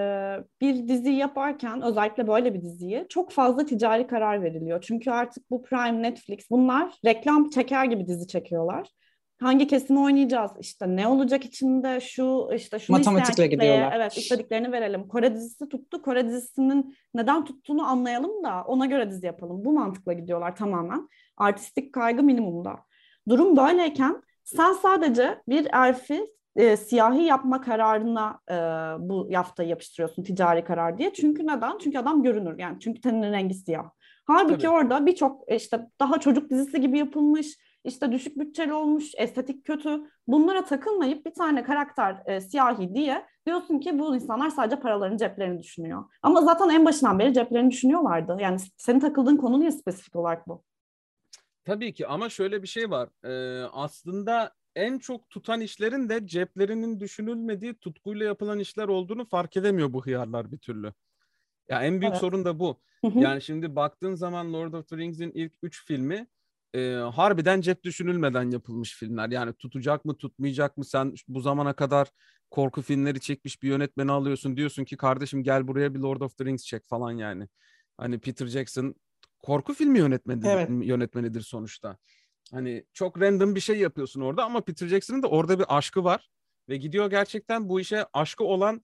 bir diziyi yaparken özellikle böyle bir diziyi çok fazla ticari karar veriliyor. Çünkü artık bu Prime, Netflix bunlar reklam çeker gibi dizi çekiyorlar. Hangi kesimi oynayacağız? İşte ne olacak içinde? Şu işte şunu isteyen Matematikle kitleye gidiyorlar. evet istediklerini verelim. Kore dizisi tuttu. Kore dizisinin neden tuttuğunu anlayalım da ona göre dizi yapalım. Bu mantıkla gidiyorlar tamamen. Artistik kaygı minimumda. Durum böyleyken sen sadece bir elfi siyahi yapma kararına bu yaftayı yapıştırıyorsun ticari karar diye. Çünkü neden? Çünkü adam görünür yani. Çünkü teninin rengi siyah. Halbuki Tabii. orada birçok işte daha çocuk dizisi gibi yapılmış, işte düşük bütçeli olmuş, estetik kötü. Bunlara takılmayıp bir tane karakter siyahi diye diyorsun ki bu insanlar sadece paralarını, ceplerini düşünüyor. Ama zaten en başından beri ceplerini düşünüyorlardı. Yani senin takıldığın konu niye spesifik olarak bu? Tabii ki, ama şöyle bir şey var. Aslında en çok tutan işlerin de ceplerinin düşünülmediği, tutkuyla yapılan işler olduğunu fark edemiyor bu hıyarlar bir türlü. Ya en büyük Evet. sorun da bu. Hı hı. Yani şimdi baktığın zaman Lord of the Rings'in ilk 3 filmi harbiden cep düşünülmeden yapılmış filmler. Yani tutacak mı, tutmayacak mı? Sen bu zamana kadar korku filmleri çekmiş bir yönetmeni alıyorsun. Diyorsun ki kardeşim gel buraya bir Lord of the Rings çek falan yani. Hani Peter Jackson korku filmi Evet. yönetmenidir sonuçta. Hani çok random bir şey yapıyorsun orada, ama Peter Jackson'ın da orada bir aşkı var. Ve gidiyor gerçekten bu işe aşkı olan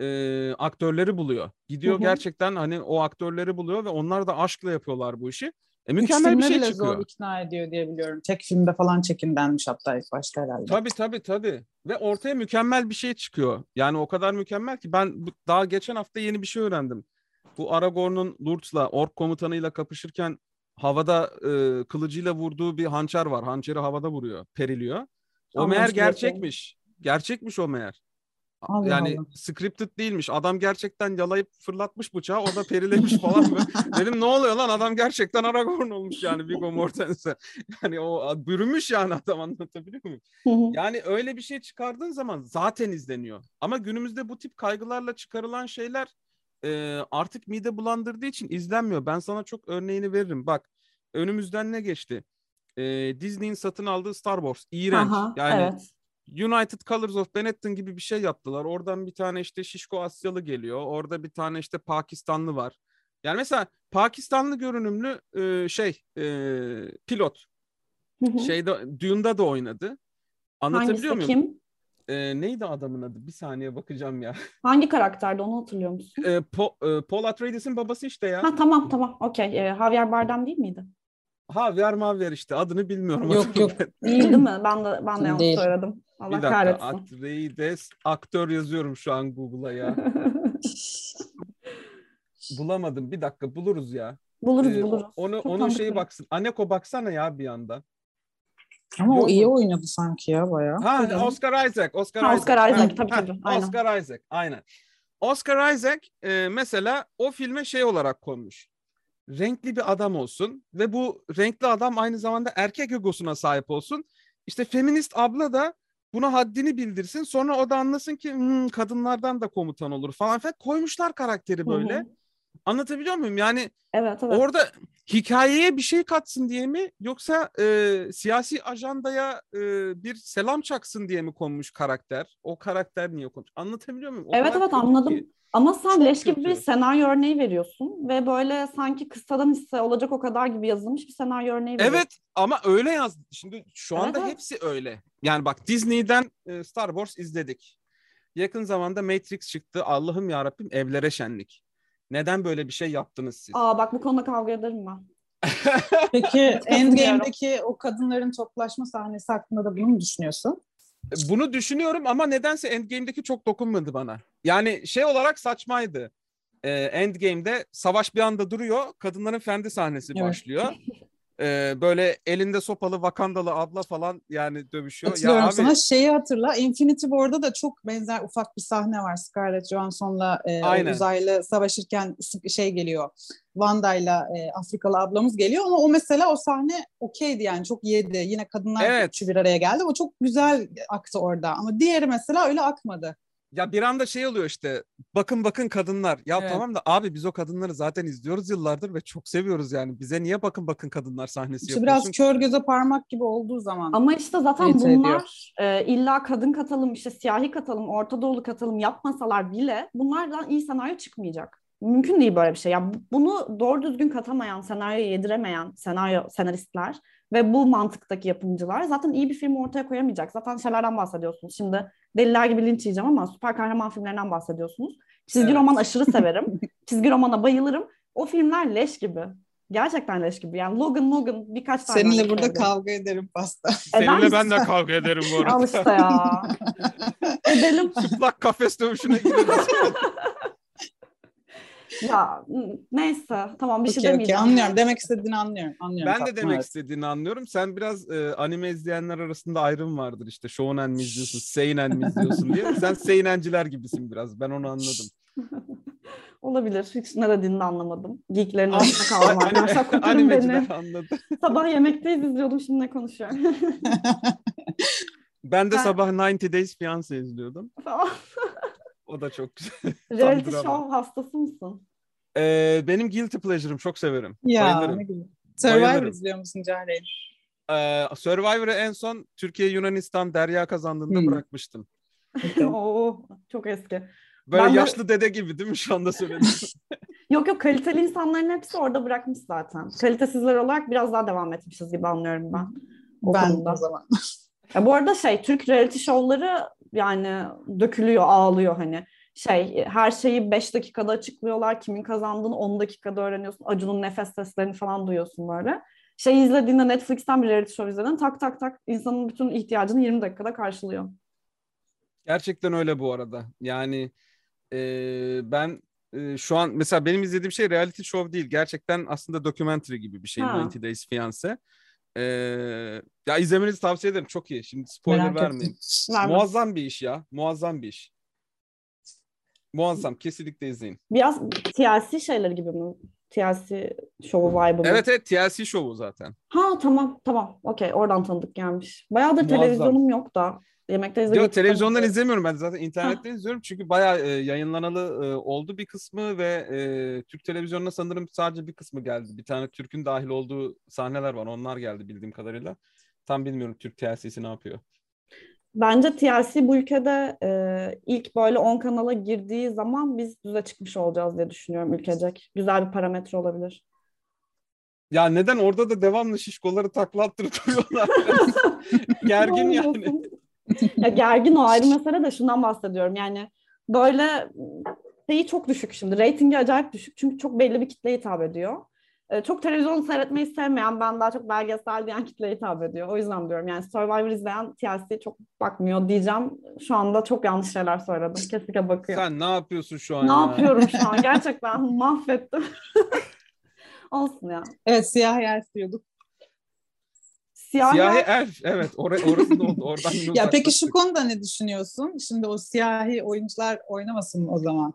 aktörleri buluyor. Hı Gidiyor hı. gerçekten hani o aktörleri buluyor ve onlar da aşkla yapıyorlar bu işi. Üç Mükemmel bir filme şey bile zor çıkıyor. ikna ediyor diye biliyorum. Tek filmde falan çekin denmiş hatta ilk başta herhalde. Tabii tabii tabii. Ve ortaya mükemmel bir şey çıkıyor. Yani o kadar mükemmel ki ben daha geçen hafta yeni bir şey öğrendim. Bu Aragorn'un Lurtz'la, Ork komutanıyla kapışırken havada kılıcıyla vurduğu bir hançer var. Hançeri havada vuruyor, periliyor. O meğer Anlamış gibi yapıyorum. gerçekmiş. Gerçekmiş o meğer. Allah Yani Allah. scripted değilmiş. Adam gerçekten yalayıp fırlatmış bıçağı. O da perilemiş falan. Dedim ne oluyor lan? Adam gerçekten Aragorn olmuş yani, Viggo Mortensen. Yani o bürümüş yani adam, anlatabiliyor muyum? Hı hı. Yani öyle bir şey çıkardığın zaman zaten izleniyor. Ama günümüzde bu tip kaygılarla çıkarılan şeyler artık mide bulandırdığı için izlenmiyor. Ben sana çok örneğini veririm. Bak, önümüzden ne geçti? Disney'in satın aldığı Star Wars. İğrenç. Aha, Yani evet. United Colors of Benetton gibi bir şey yaptılar. Oradan bir tane işte şişko Asyalı geliyor. Orada bir tane işte Pakistanlı var. Yani mesela Pakistanlı görünümlü pilot Hı hı. şeyde Dune'da da oynadı. Anlatabiliyor Hangisi, muyum? kim? Neydi adamın adı? Bir saniye bakacağım ya. Hangi karakterde onu hatırlıyor musun? Paul Atreides'in babası işte ya. Ha tamam tamam okey. Javier Bardem değil miydi? Javier Mavyer işte, adını bilmiyorum Yok adamın. yok. Değil değil mi? Ben de yanlış Değil. söyledim. Bir Allah dakika, kahretsin. Atreides aktör yazıyorum şu an Google'a ya. Bulamadım. Bir dakika, buluruz ya. Buluruz buluruz. Çok Onun tanıdık şeyi biri. baksın. Aneko baksana ya bir yandan. Ama o Yok iyi mu? oynadı sanki ya bayağı. Ha, Tabii canım. Oscar Isaac. Ha Oscar Isaac. Oscar Ha, Isaac tabii ha, tabii aynen. Oscar Isaac. Aynen. Oscar Isaac mesela o filme şey olarak konmuş. Renkli bir adam olsun ve bu renkli adam aynı zamanda erkek egosuna sahip olsun. İşte feminist abla da buna haddini bildirsin. Sonra o da anlasın ki kadınlardan da komutan olur falan filan. Koymuşlar karakteri Hı böyle. hı. Anlatabiliyor muyum? Yani Evet evet. orada hikayeye bir şey katsın diye mi, yoksa siyasi ajandaya bir selam çaksın diye mi konmuş karakter? O karakter niye konmuş? Anlatabiliyor muyum? O Evet kadar evet kötü ki. anladım. Ama sen Çok leş gibi bir kötü. senaryo örneği veriyorsun ve böyle sanki kıssadan hisse olacak o kadar gibi yazılmış bir senaryo örneği veriyorsun. Evet, ama öyle yazdı. Şimdi şu Evet anda evet. hepsi öyle. Yani bak, Disney'den Star Wars izledik. Yakın zamanda Matrix çıktı. Allah'ım ya Rabbim, evlere şenlik. Neden böyle bir şey yaptınız siz? Aa bak bu konuda kavga ederim ben. Peki Katılıyorum. Endgame'deki o kadınların toplaşma sahnesi hakkında da bunu mu düşünüyorsun? Bunu düşünüyorum ama nedense Endgame'deki çok dokunmadı bana. Yani şey olarak saçmaydı. Endgame'de savaş bir anda duruyor. Kadınların fendi sahnesi Evet. başlıyor. Böyle elinde sopalı Wakandalı abla falan yani dövüşüyor. Ya Hatırlıyorum abi sana. Şeyi hatırla. Infinity War'da da çok benzer ufak bir sahne var. Scarlett Johansson'la o aynen. uzaylı savaşırken şey geliyor. Wanda'yla Afrikalı ablamız geliyor ama o mesela o sahne okeydi yani çok iyiydi. Yine kadınlar üçü Evet. bir araya geldi. O çok güzel aktı orada. Ama diğeri mesela öyle akmadı. Ya bir anda şey oluyor işte. Bakın bakın kadınlar. Ya Evet. tamam da abi biz o kadınları zaten izliyoruz yıllardır ve çok seviyoruz yani. Bize niye bakın bakın kadınlar sahnesi İşte biraz yapıyorsun ki? kör göze parmak gibi olduğu zaman Ama işte zaten irite ediyor. bunlar illa kadın katalım, işte siyahi katalım, Orta Doğulu katalım yapmasalar bile bunlardan iyi senaryo çıkmayacak. Mümkün değil böyle bir şey. Yani bunu doğru düzgün katamayan, senaryo yediremeyen senaristler ve bu mantıktaki yapımcılar zaten iyi bir film ortaya koyamayacak. Zaten şeylerden bahsediyorsunuz. Şimdi deliler gibi linç yiyeceğim ama süper kahraman filmlerinden bahsediyorsunuz. Çizgi roman Evet. aşırı severim. Çizgi romana bayılırım. O filmler leş gibi. Gerçekten leş gibi. Yani Logan birkaç tane Seninle örnek burada verebilirim. kavga ederim pasta. Eder Seninle ben misin? de kavga ederim bu Al arada. işte ya. Edelim. Çıplak kafes dövüşüne gireriz. Ya neyse tamam bir şey Okey demeyeceğim anlıyorum. yani. Demek istediğini anlıyorum. Anlıyorum Ben de tatlım demek evet. istediğini anlıyorum. Sen biraz anime izleyenler arasında ayrım vardır işte. Shonen mi izliyorsun, seinen mi izliyorsun diye. Sen seinenciler gibisin biraz. Ben onu anladım. Olabilir. Hiç ne dediğini de anlamadım. Geeklerin arasında kaldım Anime, arkadaşlar. Kurtarın animeciler beni. anladı. Sabah yemekteyiz izliyordum şimdi ne konuşuyorum. Ben de Ben sabah 90 Days Fiancé izliyordum. falan. O da çok güzel. Tam Reality drama. show hastası mısın? Benim guilty pleasure'ım. Çok severim. Ya ne Bayılırım. güzel. Survivor Bayılırım. izliyor musun Cahreyn? Survivor'ı en son Türkiye Yunanistan Derya kazandığında Hmm, bırakmıştım. okay. Oo, çok eski. Böyle Ben de yaşlı dede gibi değil mi şu anda söyledim? yok kaliteli insanların hepsi orada bırakmış zaten. Kalitesizler olarak biraz daha devam etmişiz gibi anlıyorum ben o Ben o konuda. zaman. Bu arada Türk reality şovları yani dökülüyor, ağlıyor hani. Her şeyi 5 dakikada açıklıyorlar. Kimin kazandığını 10 dakikada öğreniyorsun. Acun'un nefes seslerini falan duyuyorsun böyle. İzlediğinde Netflix'ten bir reality show izledin. Tak tak tak insanın bütün ihtiyacını 20 dakikada karşılıyor. Gerçekten öyle bu arada. Yani ben şu an mesela benim izlediğim şey reality show değil. Gerçekten aslında documentary gibi bir şey. Ha, 90 Days Fiancé. Ee, Ya izlemenizi tavsiye ederim. Çok iyi. Şimdi spoiler Merak ettim. vermeyeyim. vermem. Muazzam bir iş ya. Muazzam bir iş. Muazzam. Kesinlikle izleyin. Biraz TLC şeyleri gibi mi? TLC şovu vibe'ı mı? Evet evet TLC şovu zaten. Ha tamam tamam. Okey oradan tanıdık gelmiş. Bayağıdır Muazzam. televizyonum yok da. Yemekte izle Yo, YouTube'dan televizyondan izliyorum. izlemiyorum ben zaten Hah. internetten izliyorum çünkü bayağı yayınlanalı oldu bir kısmı ve Türk televizyonuna sanırım sadece bir kısmı geldi. Bir tane Türk'ün dahil olduğu sahneler var onlar geldi bildiğim kadarıyla. Tam bilmiyorum Türk TLC'si ne yapıyor. Bence TLC bu ülkede ilk böyle 10 kanala girdiği zaman biz düze çıkmış olacağız diye düşünüyorum ülkecek. Güzel bir parametre olabilir. Ya neden orada da devamlı şişkoları takla attırıp duruyorlar biraz gergin Doğru yani. diyorsun. Ya gergin o ayrı mesele de şundan bahsediyorum. Yani böyle çok düşük şimdi. Ratingi acayip düşük. Çünkü çok belli bir kitleye hitap ediyor. Çok televizyon seyretmeyi sevmeyen, ben daha çok belgesel diyen kitleye hitap ediyor. O yüzden diyorum yani Survivor izleyen TLC'ye çok bakmıyor diyeceğim. Şu anda çok yanlış şeyler söyledim. Kesinlikle bakıyor. Sen ne yapıyorsun şu an Ne ya? yapıyorum şu an? Gerçekten mahvettim. Olsun ya. Evet siyah yer diyorduk. Siyahi Siyahi yer Elf evet orası da oldu oradan yine Ya peki şu uzaklaştık. konuda ne düşünüyorsun? Şimdi o siyahi oyuncular oynamasın mı o zaman?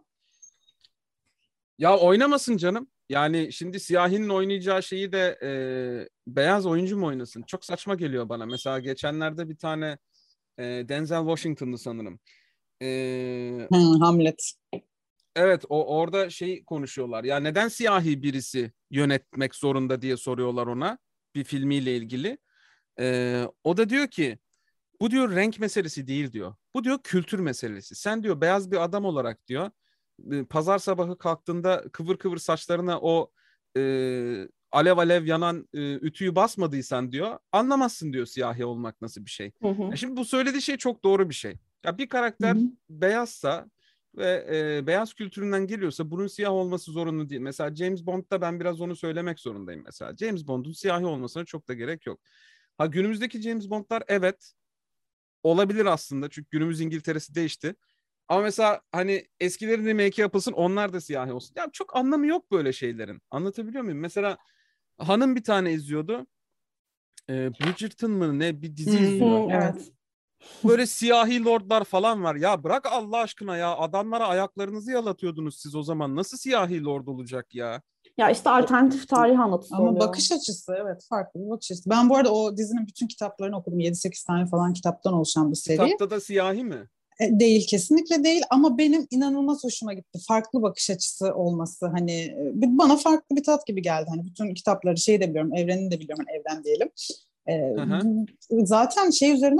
Ya oynamasın canım. Yani şimdi siyahinin oynayacağı şeyi de beyaz oyuncu mu oynasın? Çok saçma geliyor bana. Mesela geçenlerde bir tane Denzel Washington'dı sanırım. E, Hamlet. evet orada şey konuşuyorlar. Ya neden siyahi birisi yönetmek zorunda diye soruyorlar ona bir filmiyle ilgili. O da diyor ki bu diyor renk meselesi değil diyor. Bu diyor kültür meselesi. Sen diyor beyaz bir adam olarak diyor pazar sabahı kalktığında kıvır kıvır saçlarına o alev alev yanan ütüyü basmadıysan diyor anlamazsın diyor siyahi olmak nasıl bir şey. Hı hı. Şimdi bu söylediği şey çok doğru bir şey. Ya bir Hı hı. karakter beyazsa ve beyaz kültüründen geliyorsa bunun siyah olması zorunlu değil. Mesela James Bond'da ben biraz onu söylemek zorundayım mesela. James Bond'un siyahi olmasına çok da gerek yok. Ha, günümüzdeki James Bond'lar evet olabilir aslında, çünkü günümüz İngiltere'si değişti. Ama mesela hani eskilerin remake yapılsın, onlar da siyahi olsun. Ya çok anlamı yok böyle şeylerin. Anlatabiliyor muyum? Mesela hanım bir tane izliyordu. Bridgerton mı ne bir dizi izliyor. Evet. Böyle siyahi lordlar falan var. Ya bırak Allah aşkına ya. Adamlara ayaklarınızı yalatıyordunuz siz o zaman. Nasıl siyahi lord olacak ya? Ya işte alternatif tarih anlatısı Ama oluyor. bakış açısı, evet, farklı bir bakış açısı. Ben bu arada o dizinin bütün kitaplarını okudum. 7-8 tane falan kitaptan oluşan bir seri. Kitapta da siyahi mi? Değil, kesinlikle değil, ama benim inanılmaz hoşuma gitti. Farklı bakış açısı olması, hani bana farklı bir tat gibi geldi. Hani bütün kitapları şey de biliyorum, evrenini de biliyorum, hani evren diyelim. Hı hı. Zaten şey üzerine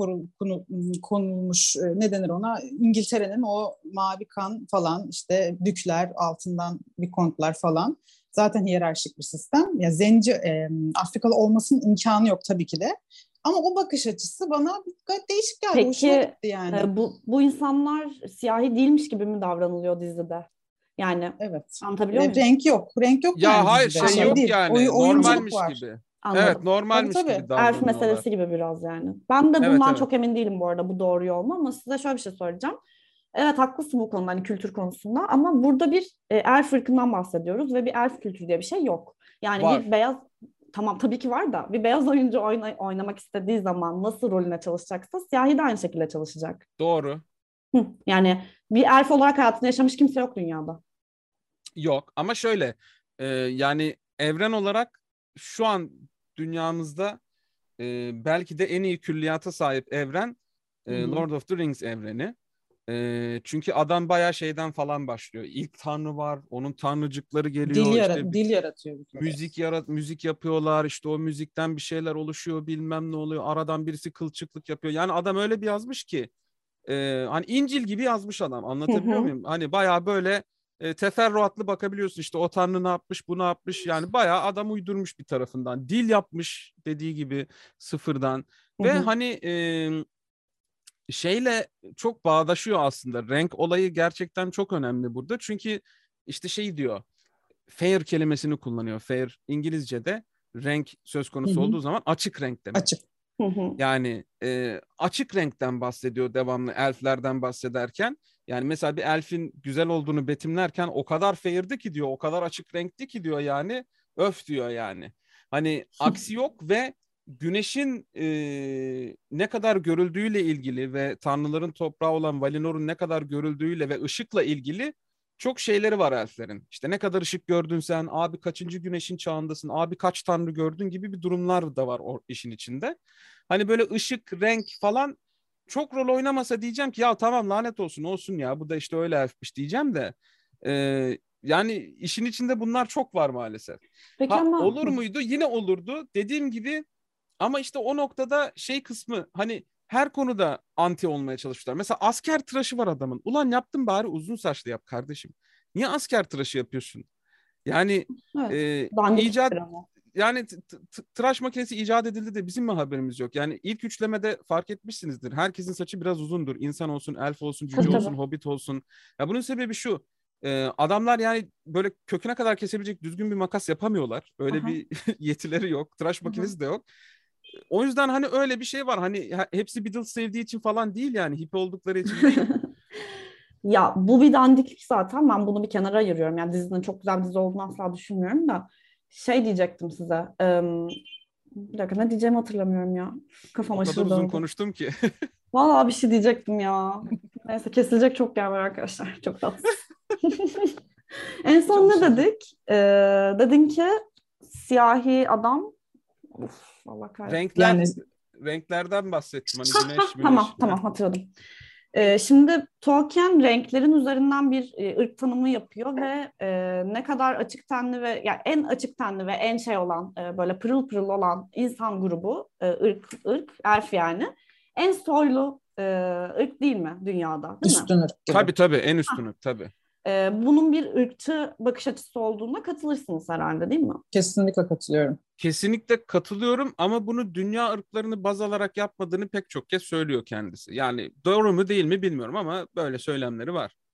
konulmuş, ne denir ona, İngiltere'nin o mavi kan falan, işte dükler, altından vikontlar falan, zaten hiyerarşik bir sistem ya, zenci Afrikalı olmasının imkanı yok tabii ki de, ama o bakış açısı bana gayet değişik geldi, hoşuma Peki gitti yani. bu insanlar siyahi değilmiş gibi mi davranılıyor dizide? Yani Evet. anlatabiliyor muyum? Renk yok Ya yani hayır, dizide, şey şey yok değil, yani. oyunculuk Normalmiş var. gibi. Evet, Anladım. Tabii normalmiş tabii. gibi Elf davranıyorlar. meselesi gibi biraz yani. Ben de Evet, bundan evet. çok emin değilim bu arada, bu doğru yol mu, ama size şöyle bir şey soracağım. Evet, haklısın bu konuda, hani kültür konusunda, ama burada bir elf ırkından bahsediyoruz ve bir elf kültürü diye bir şey yok. Yani bir Var. beyaz, tamam tabii ki var da, bir beyaz oyuncu oynamak istediği zaman nasıl rolüne çalışacaksa siyahi de aynı şekilde çalışacak. Doğru. Yani bir elf olarak hayatını yaşamış kimse yok dünyada. Yok ama şöyle yani evren olarak şu an dünyamızda belki de en iyi külliyata sahip evren Hı hı. Lord of the Rings evreni. Çünkü adam bayağı şeyden falan başlıyor. İlk tanrı var, onun tanrıcıkları geliyor. İşte Dil yaratıyor bir kere. müzik yapıyorlar. İşte o müzikten bir şeyler oluşuyor, bilmem ne oluyor. Aradan birisi kılçıklık yapıyor. Yani adam öyle bir yazmış ki hani İncil gibi yazmış adam. Hı Anlatabiliyor hı. muyum? Hani bayağı böyle teferruatlı bakabiliyorsun. İşte o tanrı ne yapmış, bu ne yapmış. Yani bayağı adam uydurmuş bir tarafından. Dil yapmış dediği gibi sıfırdan. Hı Ve hı. hani şeyle çok bağdaşıyor aslında. Renk olayı gerçekten çok önemli burada. Çünkü işte şey diyor. Fair kelimesini kullanıyor. Fair İngilizce'de renk söz Hı konusu hı. olduğu zaman açık renk Açık. demek. Hı hı. Yani açık renkten bahsediyor devamlı elflerden bahsederken. Yani mesela bir elfin güzel olduğunu betimlerken o kadar fairdi ki diyor, o kadar açık renkti ki diyor yani. Öf diyor yani. Hani aksi yok ve güneşin ne kadar görüldüğüyle ilgili ve tanrıların toprağı olan Valinor'un ne kadar görüldüğüyle ve ışıkla ilgili çok şeyleri var elflerin. İşte ne kadar ışık gördün sen, abi kaçıncı güneşin çağındasın, abi kaç tanrı gördün gibi bir durumlar da var o işin içinde. Hani böyle ışık, renk falan çok rol oynamasa diyeceğim ki ya tamam lanet olsun olsun ya bu da işte öyle elfmiş diyeceğim de yani işin içinde bunlar çok var maalesef. Peki Ha ama olur muydu? Yine olurdu. Dediğim gibi ama işte o noktada şey kısmı hani her konuda anti olmaya çalışıyorlar. Mesela asker tıraşı var adamın. Ulan yaptın bari uzun saçlı yap kardeşim. Niye asker tıraşı yapıyorsun? Yani evet, dandik icat fikir ama. yani tıraş makinesi icat edildi de bizim mi haberimiz yok? Yani ilk üçlemede fark etmişsinizdir. Herkesin saçı biraz uzundur. İnsan olsun, elf olsun, cüce Tabii olsun, tabii. hobbit olsun. Ya bunun sebebi şu. Adamlar yani böyle köküne kadar kesebilecek düzgün bir makas yapamıyorlar. Öyle Aha. bir yetileri yok. Tıraş Aha. makinesi de yok. O yüzden hani öyle bir şey var. Hani hepsi Beatles sevdiği için falan değil yani. Hippie oldukları için değil. Ya bu bir dandiklik zaten, ben bunu bir kenara ayırıyorum. Yani dizinin çok güzel bir dizi olduğunu asla düşünmüyorum da. Şey diyecektim size. Bir dakika, ne diyeceğimi hatırlamıyorum ya. Kafam O kadar aşırı uzun dağıldı. konuştum ki. Vallahi bir şey diyecektim ya. Neyse, kesilecek çok yer var arkadaşlar. Çok tatsız. En son ne Çalışacağım. dedik? Dedin ki siyahi adam. Uf, Allah kahretsin. Renkler, Yani renklerden bahsettim. Hani güneş, Tamam güneş. tamam, hatırladım. Şimdi Tolkien renklerin üzerinden bir ırk tanımı yapıyor ve ne kadar açık tenli ve yani en açık tenli ve en şey olan böyle pırıl pırıl olan insan grubu, ırk elf yani, en soylu ırk değil mi dünyada, değil mi? üstün ırk gibi. Tabii tabii en Hah. üstünü tabii. Bunun bir ırkçı bakış açısı olduğuna katılırsınız herhalde, değil mi? Kesinlikle katılıyorum. Kesinlikle katılıyorum ama bunu dünya ırklarını baz alarak yapmadığını pek çok kez söylüyor kendisi. Yani doğru mu değil mi bilmiyorum ama böyle söylemleri var.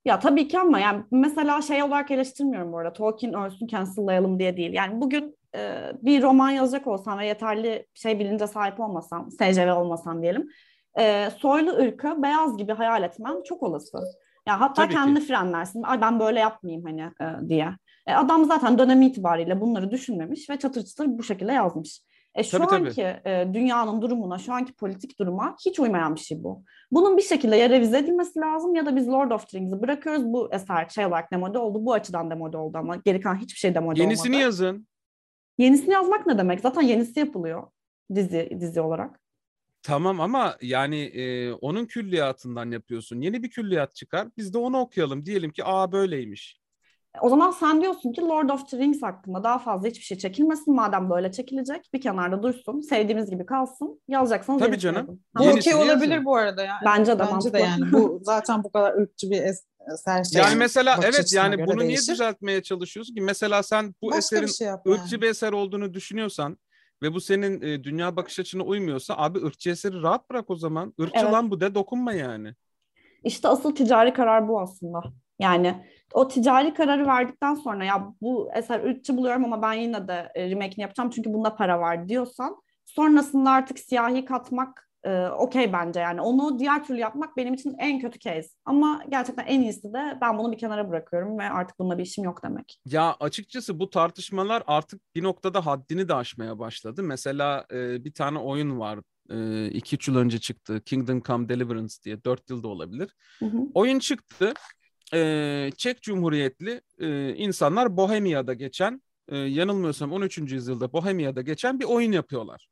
Ya tabii ki ama yani mesela şey olarak eleştirmiyorum bu arada. Tolkien ölsün cancel'layalım diye değil. Yani bugün bir roman yazacak olsam ve yeterli şey bilince sahip olmasam, SCV olmasam diyelim. Soylu ırkı beyaz gibi hayal etmen çok olası. Ya hatta Tabii ki. kendini frenlersin. Ay ben böyle yapmayayım hani diye. Adam zaten dönem itibariyle bunları düşünmemiş ve çatır çatır bu şekilde yazmış. Şu Tabii tabii. anki dünyanın durumuna, şu anki politik duruma hiç uymayan bir şey bu. Bunun bir şekilde ya revize edilmesi lazım ya da biz Lord of the Rings'i bırakıyoruz. Bu eser şey olarak demode oldu. Bu açıdan demode oldu ama geri kalan hiçbir şey demode Yenisini olmadı. yazın. Yenisini yazmak ne demek? Zaten yenisi yapılıyor dizi olarak. Tamam ama yani onun külliyatından yapıyorsun. Yeni bir külliyat çıkar. Biz de onu okuyalım. Diyelim ki böyleymiş. O zaman sen diyorsun ki Lord of the Rings hakkında daha fazla hiçbir şey çekilmesin. Madem böyle çekilecek bir kenarda dursun. Sevdiğimiz gibi kalsın. Yazacaksanız Tabii yenisini canım. yazın. Bu Tamam. okey Yenisini olabilir yazın. bu arada ya. Evet, Bence de bence de mantıklı. yani. Bu zaten bu kadar ırkçı bir eser şey Yani yani. mesela Bakış evet açısına yani göre bunu niye değişir. düzeltmeye çalışıyorsun ki? Mesela sen bu Başka bir eserin şey yap yani. ırkçı bir eser olduğunu düşünüyorsan ve bu senin dünya bakış açına uymuyorsa abi ırkçı eseri rahat bırak o zaman. Irkçı Evet. lan bu de dokunma yani. İşte asıl ticari karar bu aslında. Yani o ticari kararı verdikten sonra ya bu eser ırkçı buluyorum ama ben yine de remake'ini yapacağım çünkü bunda para var diyorsan sonrasında artık siyahi katmak okey bence yani. Onu diğer türlü yapmak benim için en kötü case. Ama gerçekten en iyisi de ben bunu bir kenara bırakıyorum ve artık bununla bir işim yok demek. Ya açıkçası bu tartışmalar artık bir noktada haddini de aşmaya başladı. Mesela bir tane oyun var. 2-3 yıl önce çıktı. Kingdom Come Deliverance diye. 4 yılda olabilir. Hı hı. Oyun çıktı. Çek Cumhuriyetli insanlar Bohemia'da geçen, yanılmıyorsam 13. yüzyılda Bohemia'da geçen bir oyun yapıyorlar.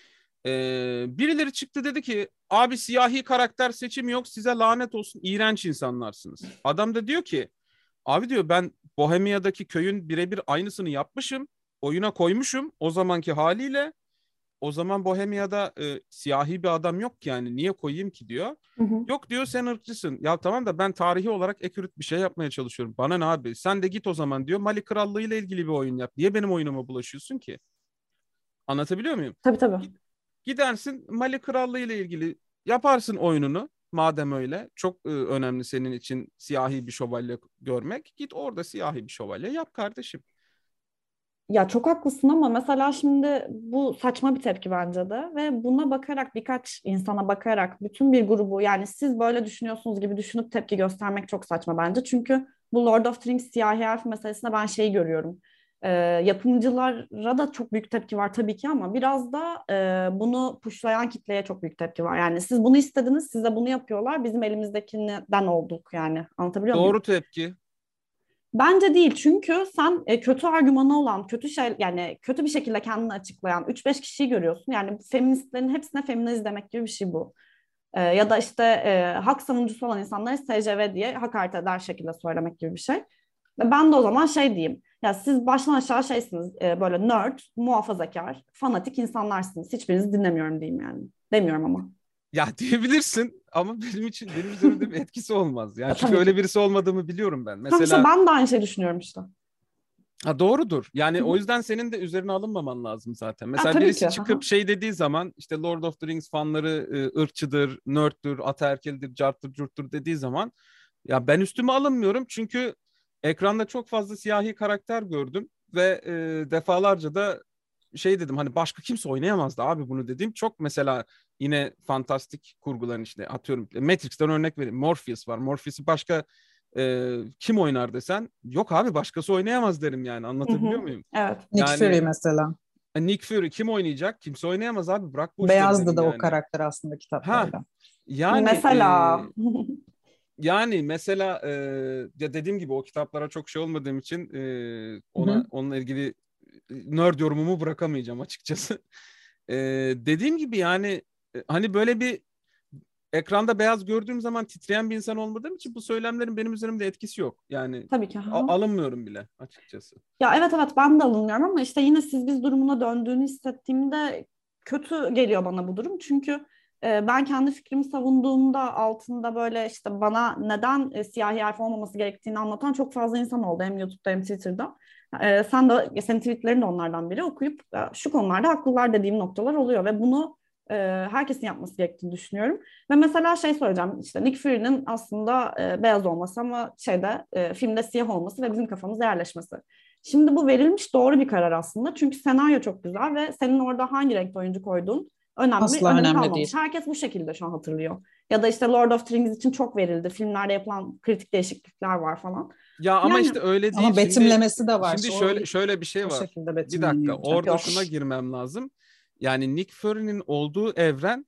Birileri çıktı dedi ki abi siyahi karakter seçimi yok size lanet olsun iğrenç insanlarsınız. Adam da diyor ki abi diyor ben Bohemia'daki köyün birebir aynısını yapmışım. Oyuna koymuşum o zamanki haliyle. O zaman Bohemia'da siyahi bir adam yok ki yani niye koyayım ki diyor. Hı hı. Yok diyor sen ırkçısın. Ya tamam da ben tarihi olarak ekürit bir şey yapmaya çalışıyorum. Bana ne abi? Sen de git o zaman diyor. Mali Krallığı ile ilgili bir oyun yap. Niye benim oyunuma bulaşıyorsun ki? Anlatabiliyor muyum? Tabii tabii. Gidersin Mali Krallığı ile ilgili yaparsın oyununu. Madem öyle çok önemli senin için siyahi bir şövalye görmek. Git orada siyahi bir şövalye yap kardeşim. Ya çok haklısın ama mesela şimdi bu saçma bir tepki bence de ve buna bakarak birkaç insana bakarak bütün bir grubu yani siz böyle düşünüyorsunuz gibi düşünüp tepki göstermek çok saçma bence. Çünkü bu Lord of the Rings siyahi elf meselesinde ben şeyi görüyorum. Yapımcılara da çok büyük tepki var tabii ki ama biraz da bunu puşlayan kitleye çok büyük tepki var. Yani siz bunu istediniz, size bunu yapıyorlar. Bizim elimizdekinden olduk yani. Anlatabiliyor muyum? Doğru tepki. Bence değil çünkü sen kötü argümanı olan, kötü şey yani kötü bir şekilde kendini açıklayan 3-5 kişiyi görüyorsun. Yani feministlerin hepsine feminist demek gibi bir şey bu. Ya da işte hak savunucusu olan insanları SCV diye hakaret eder şekilde söylemek gibi bir şey. Ve ben de o zaman şey diyeyim. Ya siz baştan aşağı şeysiniz böyle nerd, muhafazakar, fanatik insanlarsınız. Hiçbirinizi dinlemiyorum diyeyim yani. Demiyorum ama. Ya diyebilirsin ama benim üzerimde bir etkisi olmaz. Yani Ya, çünkü tabii ki. öyle birisi olmadığımı biliyorum ben. Ha, işte Mesela ben de aynı şeyi düşünüyorum işte. doğrudur. Yani Hı o hı. yüzden senin de üzerine alınmaman lazım zaten. Ha, Mesela tabii ki. birisi Hı hı. çıkıp şey dediği zaman işte Lord of the Rings fanları ırkçıdır, nerd'dür, ataerkildir, carttır, curttur dediği zaman ya ben üstüme alınmıyorum çünkü ekranda çok fazla siyahi karakter gördüm ve defalarca da şey dedim hani başka kimse oynayamazdı abi bunu dediğim çok mesela yine fantastik kurguların işte atıyorum Matrix'ten örnek vereyim. Morpheus var. Morpheus'u başka kim oynar desen yok abi başkası oynayamaz derim yani Hı hı. anlatabiliyor muyum? Evet. Nick Fury Yani mesela. Nick Fury kim oynayacak? Kimse oynayamaz abi bırak bu işleri Beyazdı derim da o yani. karakter aslında Ha kitaplarda. yani Mesela. yani mesela ya dediğim gibi o kitaplara çok şey olmadığım için Hı hı. onunla ilgili nerd yorumumu bırakamayacağım açıkçası. E, dediğim gibi yani hani böyle bir ekranda beyaz gördüğüm zaman titreyen bir insan olmadığım için bu söylemlerin benim üzerimde etkisi yok. Yani Tabii ki. Hı hı. alınmıyorum bile açıkçası. Ya evet evet ben de alınıyorum ama işte yine siz biz durumuna döndüğünü hissettiğimde kötü geliyor bana bu durum. Çünkü ben kendi fikrimi savunduğumda altında böyle işte bana neden siyahi harf olmaması gerektiğini anlatan çok fazla insan oldu hem YouTube'da hem Twitter'da. Senin tweetlerin de onlardan biri okuyup şu konularda haklılar dediğim noktalar oluyor ve bunu Herkesin yapması gerektiğini düşünüyorum. Ve mesela şey söyleyeceğim, işte Nick Fury'nin aslında beyaz olması ama filmde siyah olması ve bizim kafamıza yerleşmesi. Şimdi bu verilmiş doğru bir karar aslında. Çünkü senaryo çok güzel ve senin orada hangi renkte oyuncu koyduğun Asla önemi önemli kalmamış. değil. Herkes bu şekilde şu an hatırlıyor. Ya da işte Lord of the Rings için çok verildi. Filmlerde yapılan kritik değişiklikler var falan. Ya ama Yani işte öyle değil. Ama betimlemesi de var. Şimdi O, şöyle bir şey o var. şekilde Bir dakika, betimleniyor. orada yok. şuna girmem lazım. Yani Nick Fury'nin olduğu evren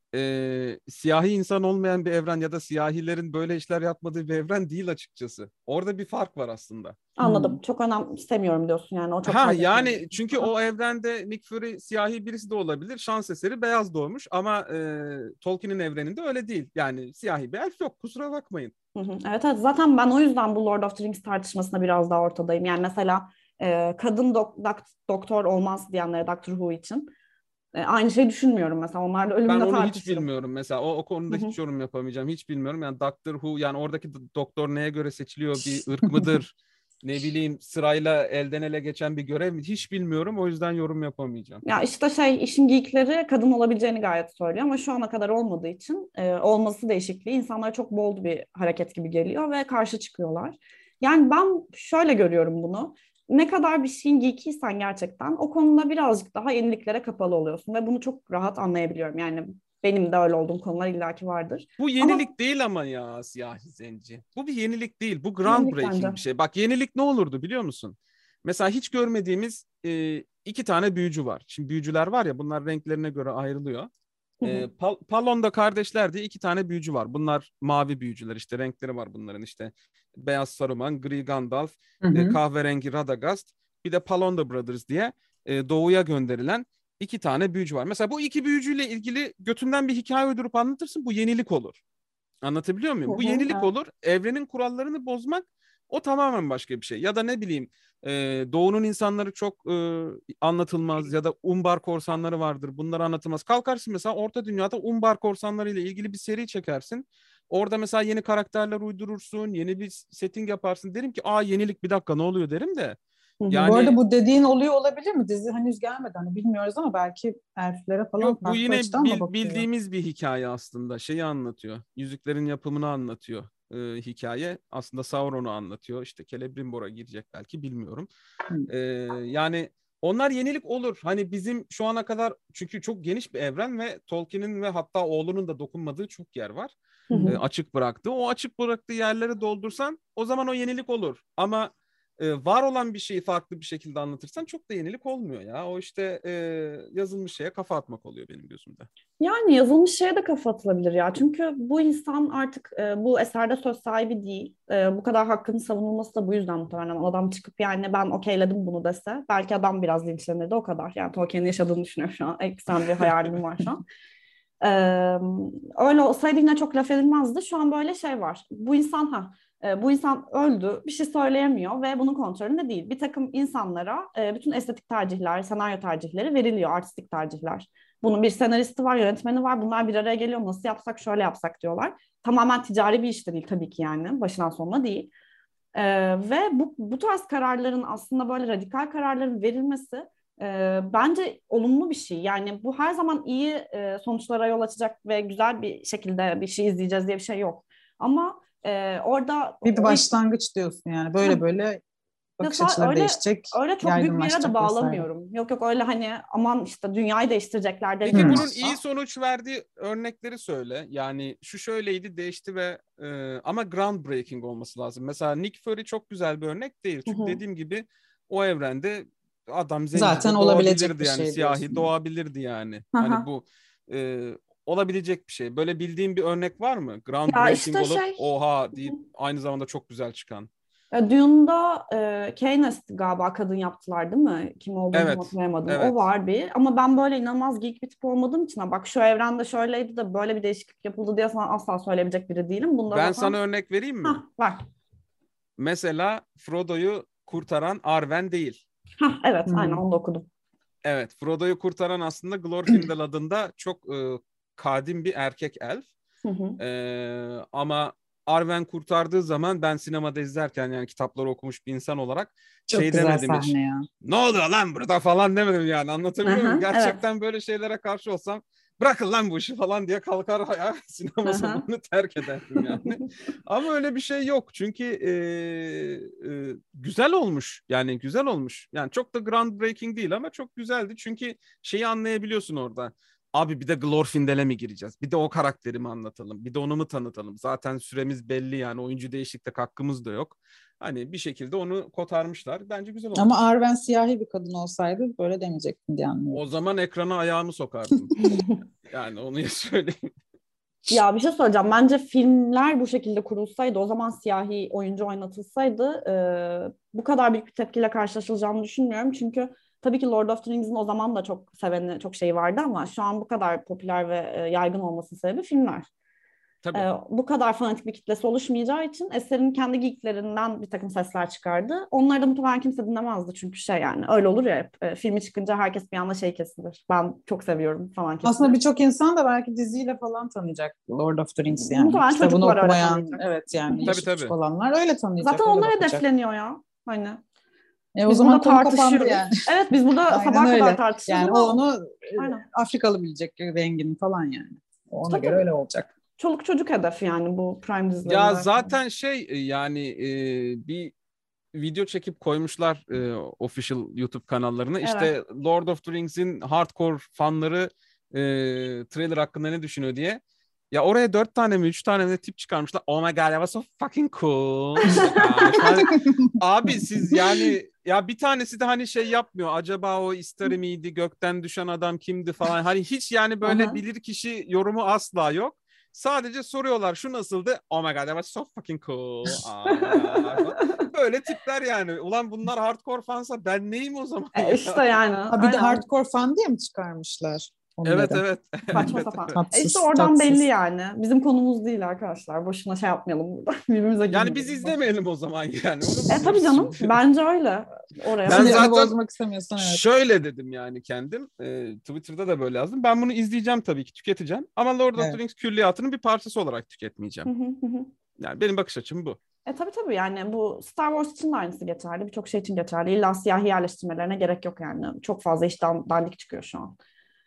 siyahi insan olmayan bir evren ya da siyahilerin böyle işler yapmadığı bir evren değil açıkçası. Orada bir fark var aslında. Anladım. Çok önemsemiyorum diyorsun yani. O çok Ha fark etmiyor. yani çünkü o evrende Nick Fury siyahi birisi de olabilir. Şans eseri beyaz doğmuş ama Tolkien'in evreninde öyle değil. Yani siyahi bir elf yok, kusura bakmayın. Evet, evet, zaten ben o yüzden bu Lord of the Rings tartışmasına biraz daha ortadayım. Yani mesela kadın doktor olmaz diyenlere Doctor Who için aynı şeyi düşünmüyorum mesela. Onlarla Ben ölümüne onu hiç tartışırım. bilmiyorum mesela. O konuda Hı hı. hiç yorum yapamayacağım. Hiç bilmiyorum. Yani Doctor Who yani oradaki doktor neye göre seçiliyor? Bir ırk mıdır? Ne bileyim sırayla elden ele geçen bir görev mi? Hiç bilmiyorum. O yüzden yorum yapamayacağım. Ya işte işin geekleri kadın olabileceğini gayet söylüyor ama şu ana kadar olmadığı için olması değişikliği insanlara çok bold bir hareket gibi geliyor ve karşı çıkıyorlar. Yani ben şöyle görüyorum bunu. Ne kadar bir şeyin geekiysen gerçekten o konuda birazcık daha yeniliklere kapalı oluyorsun ve bunu çok rahat anlayabiliyorum. Yani benim de öyle olduğum konular illaki vardır. Bu Ama yenilik değil ama ya siyahi zenci. Bu bir yenilik değil. Bu yenilik bence. groundbreaking bir şey. Bak yenilik ne olurdu biliyor musun? Mesela hiç görmediğimiz iki tane büyücü var. Şimdi büyücüler var ya bunlar renklerine göre ayrılıyor. Hı hı. Palon'da kardeşler diye iki tane büyücü var. Bunlar mavi büyücüler işte renkleri var bunların işte. Beyaz Saruman, gri Gandalf, Hı hı. kahverengi Radagast. Bir de Palonda Brothers diye doğuya gönderilen iki tane büyücü var. Mesela bu iki büyücüyle ilgili götünden bir hikaye uydurup anlatırsın bu yenilik olur. Anlatabiliyor Hı muyum? Bu hı, yenilik evet. olur. Evrenin kurallarını bozmak o tamamen başka bir şey. Ya da ne bileyim Doğu'nun insanları çok anlatılmaz ya da Umbar korsanları vardır. Bunları anlatılmaz. Kalkarsın mesela Orta Dünya'da Umbar korsanları ile ilgili bir seri çekersin. Orada mesela yeni karakterler uydurursun, yeni bir setting yaparsın. Derim ki yenilik bir dakika ne oluyor derim de. Hı hı. Bu arada Yani bu dediğin oluyor olabilir mi? Dizi henüz gelmedi. Hani bilmiyoruz ama belki elflere falan yok bu farklı yine açıdan mı bakıyor? bildiğimiz bir hikaye aslında. Şeyi anlatıyor. Yüzüklerin yapımını anlatıyor. Hikaye aslında Sauron'u anlatıyor. İşte Celebrimbor'a girecek belki bilmiyorum. Hı. Ee, Yani onlar yenilik olur. Hani bizim şu ana kadar çünkü çok geniş bir evren ve Tolkien'in ve hatta oğlunun da dokunmadığı çok yer var. Hı hı. Açık bıraktığı. O açık bıraktığı yerleri doldursan o zaman o yenilik olur. Ama var olan bir şeyi farklı bir şekilde anlatırsan çok da yenilik olmuyor ya. O işte yazılmış şeye kafa atmak oluyor benim gözümde. Yani yazılmış şeye de kafa atılabilir ya. Çünkü bu insan artık bu eserde söz sahibi değil. Bu kadar hakkının savunulması da bu yüzden muhtemelen adam çıkıp yani ben okeyledim bunu dese. Belki adam biraz linçlenirdi o kadar. Yani Tolkien'in yaşadığını düşünüyor şu an. Ekstrem bir hayalim var şu an. E, Öyle olsaydı yine çok laf edilmezdi. Şu an böyle şey var. Bu insan öldü, bir şey söyleyemiyor ve bunun kontrolünde değil. Bir takım insanlara bütün estetik tercihler, senaryo tercihleri veriliyor, artistik tercihler. Bunun bir senaristi var, yönetmeni var. Bunlar bir araya geliyor. Nasıl yapsak, şöyle yapsak diyorlar. Tamamen ticari bir iş de değil tabii ki yani. Başından sonuna değil. Ve bu tarz kararların aslında böyle radikal kararların verilmesi bence olumlu bir şey. Yani bu her zaman iyi sonuçlara yol açacak ve güzel bir şekilde bir şey izleyeceğiz diye bir şey yok. Ama orada Bir başlangıç diyorsun yani. Böyle böyle bakış mesela açıları öyle değişecek, öyle çok büyük bir yere de yaygınlaşacak vesaire. bağlamıyorum. Yok yok öyle hani aman işte dünyayı değiştirecekler Peki demiyorum bunun iyi asla. sonuç verdiği örnekleri söyle. Yani şu şöyleydi, değişti ve ama groundbreaking olması lazım. Mesela Nick Fury çok güzel bir örnek değil. Hı Çünkü hı. dediğim gibi o evrende adam zenci Zaten de olabilecek doğabilirdi bir yani şey siyahi diyorsun. doğabilirdi yani. Hı Hani hı. bu olabilecek bir şey. Böyle bildiğin bir örnek var mı? Ya Groundbreaking işte olup şey. oha deyip aynı zamanda çok güzel çıkan. Dune'da Keynes galiba kadın yaptılar değil mi? Kim olduğunu tam Evet. hatırlayamadım. O Evet. var bir. Ama ben böyle inanılmaz geek bir tip olmadığım için bak şu evrende şöyleydi de böyle bir değişiklik yapıldı diye sana asla söyleyebilecek biri değilim. Bunda Ben sana zaten örnek vereyim mi? var. Mesela Frodo'yu kurtaran Arwen değil. Evet aynen Hmm. onu da okudum. Evet, Frodo'yu kurtaran aslında Glorfindel adında çok kadim bir erkek elf. Hı hı. Ama Arwen kurtardığı zaman ben sinemada izlerken yani kitapları okumuş bir insan olarak Çok şey güzel demedim hiç. sahne ya. Ne oluyor lan burada falan demedim yani anlatabiliyor muyum? Aha, evet. Gerçekten böyle şeylere karşı olsam bırakın lan bu işi falan diye kalkar ayağa sinema Aha. salonunu terk ederdim yani. Ama öyle bir şey yok. Çünkü güzel olmuş. Yani güzel olmuş. Yani çok da groundbreaking değil ama çok güzeldi. Çünkü şeyi anlayabiliyorsun orada. Abi bir de Glorfindel'e mi gireceğiz? Bir de o karakteri mi anlatalım? Bir de onu mu tanıtalım? Zaten süremiz belli yani. Oyuncu değişiklik hakkımız da yok. Hani bir şekilde onu kotarmışlar. Bence güzel olmuş. Ama Arwen siyahi bir kadın olsaydı böyle demeyecektin diye anlıyorum. O zaman ekrana ayağımı sokardım. Yani onu söyleyeyim. Ya bir şey söyleyeceğim. Bence filmler bu şekilde kurulsaydı, o zaman siyahi oyuncu oynatılsaydı bu kadar büyük bir tepkiyle karşılaşılacağını düşünmüyorum. Çünkü tabii ki Lord of the Rings'in o zaman da çok seveni, çok şeyi vardı ama şu an bu kadar popüler ve yaygın olmasının sebebi filmler. Tabii. Bu kadar fanatik bir kitlesi oluşmayacağı için eserin kendi geeklerinden bir takım sesler çıkardı. Onları da muhtemelen kimse dinlemezdi çünkü şey yani öyle olur ya hep, filmi çıkınca herkes bir anda şey kesilir. Ben çok seviyorum falan kesilir. Aslında birçok insan da belki diziyle falan tanıyacak Lord of the Rings yani. Muhtemelen Kitabını çocuklar öyle okumayan, tanıyacak. evet yani yaşı Tabii. küçük olanlar öyle tanıyacak. Zaten öyle onlar bakacak. hedefleniyor ya. Hani O biz zaman burada konu kapandı tartışıyoruz. yani. Evet biz burada Aynen sabaha öyle. kadar tartışıyoruz Yani ama onu aynen. Afrikalı bilecek rengini falan yani. Ona Tabii, göre tabii. öyle olacak. Çoluk çocuk hedefi yani bu Prime dizilerinde. Ya zaten yani bir video çekip koymuşlar official YouTube kanallarına. Evet. İşte Lord of the Rings'in hardcore fanları trailer hakkında ne düşünüyor diye. Ya oraya 4 tane mi 3 tane mi de tip çıkarmışlar. Oh my god, that was so fucking cool. Oh my gosh. Hani, abi siz yani ya bir tanesi de hani şey yapmıyor. Acaba o Istari miydi? Gökten düşen adam kimdi falan. Hani hiç yani böyle Aha. bilir kişi yorumu asla yok. Sadece soruyorlar şu nasıldı? Oh my god, that was so fucking cool. Oh my god. Böyle tipler yani. Ulan bunlar hardcore fansa ben neyim o zaman ya? İşte yani Ha bir de aynen. hardcore fan diye mi çıkarmışlar onları? Evet. Saçma Evet, sapan. evet. Tatsız, İşte oradan tatsız. belli yani. Bizim konumuz değil arkadaşlar. Boşuna şey yapmayalım burada. Birbirimize Yani biz girmeyelim. izlemeyelim o zaman yani. Onu Tabii biliyoruz canım. çünkü. Bence öyle. Oraya Ben Sinirini zaten bozmak istemiyorsan evet. şöyle dedim yani kendim. Twitter'da da böyle yazdım. Ben bunu izleyeceğim tabii ki, tüketeceğim. Ama Lord of the Evet. Rings külliyatının bir parçası olarak tüketmeyeceğim. Hı hı. Yani benim bakış açım bu. Tabii yani bu Star Wars için de aynısı geçerli. Birçok şey için geçerli. İlla siyahi yerleştirmelerine gerek yok yani. Çok fazla işten dandik çıkıyor şu an.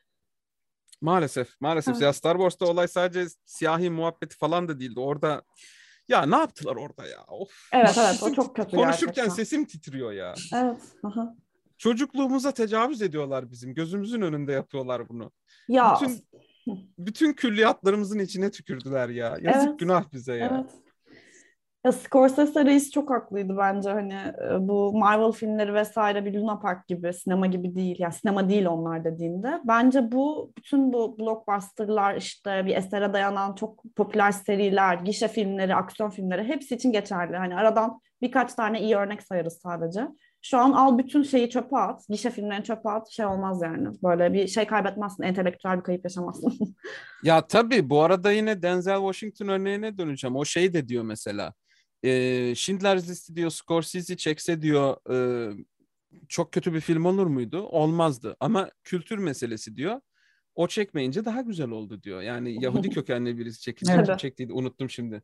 Maalesef. Evet. Ya Star Wars'ta olay sadece siyahi muhabbeti falan da değildi. Orada ya ne yaptılar orada ya? Of. Evet Bak, o çok kötü konuşurken gerçekten. sesim titriyor ya. Evet. Aha. Çocukluğumuza tecavüz ediyorlar bizim. Gözümüzün önünde yapıyorlar bunu. Ya Bütün külliyatlarımızın içine tükürdüler ya. Yazık evet. günah bize ya. Evet. Ya Scorsese reis çok haklıydı bence hani bu Marvel filmleri vesaire bir Luna Park gibi sinema gibi değil yani sinema değil onlar dediğinde bence bu bütün bu blockbusterlar işte bir esere dayanan çok popüler seriler gişe filmleri aksiyon filmleri hepsi için geçerli hani aradan birkaç tane iyi örnek sayarız sadece şu an al bütün şeyi çöpe at gişe filmlerini çöpe at şey olmaz yani böyle bir şey kaybetmezsin entelektüel bir kayıp yaşamazsın. Ya tabii bu arada yine Denzel Washington örneğine döneceğim. O şey de diyor mesela. Schindler's List diyor, Scorsese çekse diyor çok kötü bir film olur muydu? Olmazdı. Ama kültür meselesi diyor. O çekmeyince daha güzel oldu diyor. Yani Yahudi kökenli birisi çekince Evet. kim çektiydi unuttum şimdi.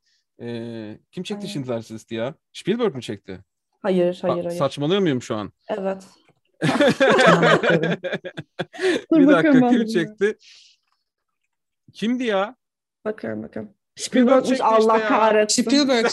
Kim çekti Aynen. Schindler's List ya? Spielberg mi çekti? Hayır. Saçmalıyor muyum şu an? Evet. Bir bakıyorum dakika ben kim de çekti? Kimdi ya? Bakıyorum. Spielberg Spielberg'miş çekti Allah işte ya. kahretsin. Spielberg.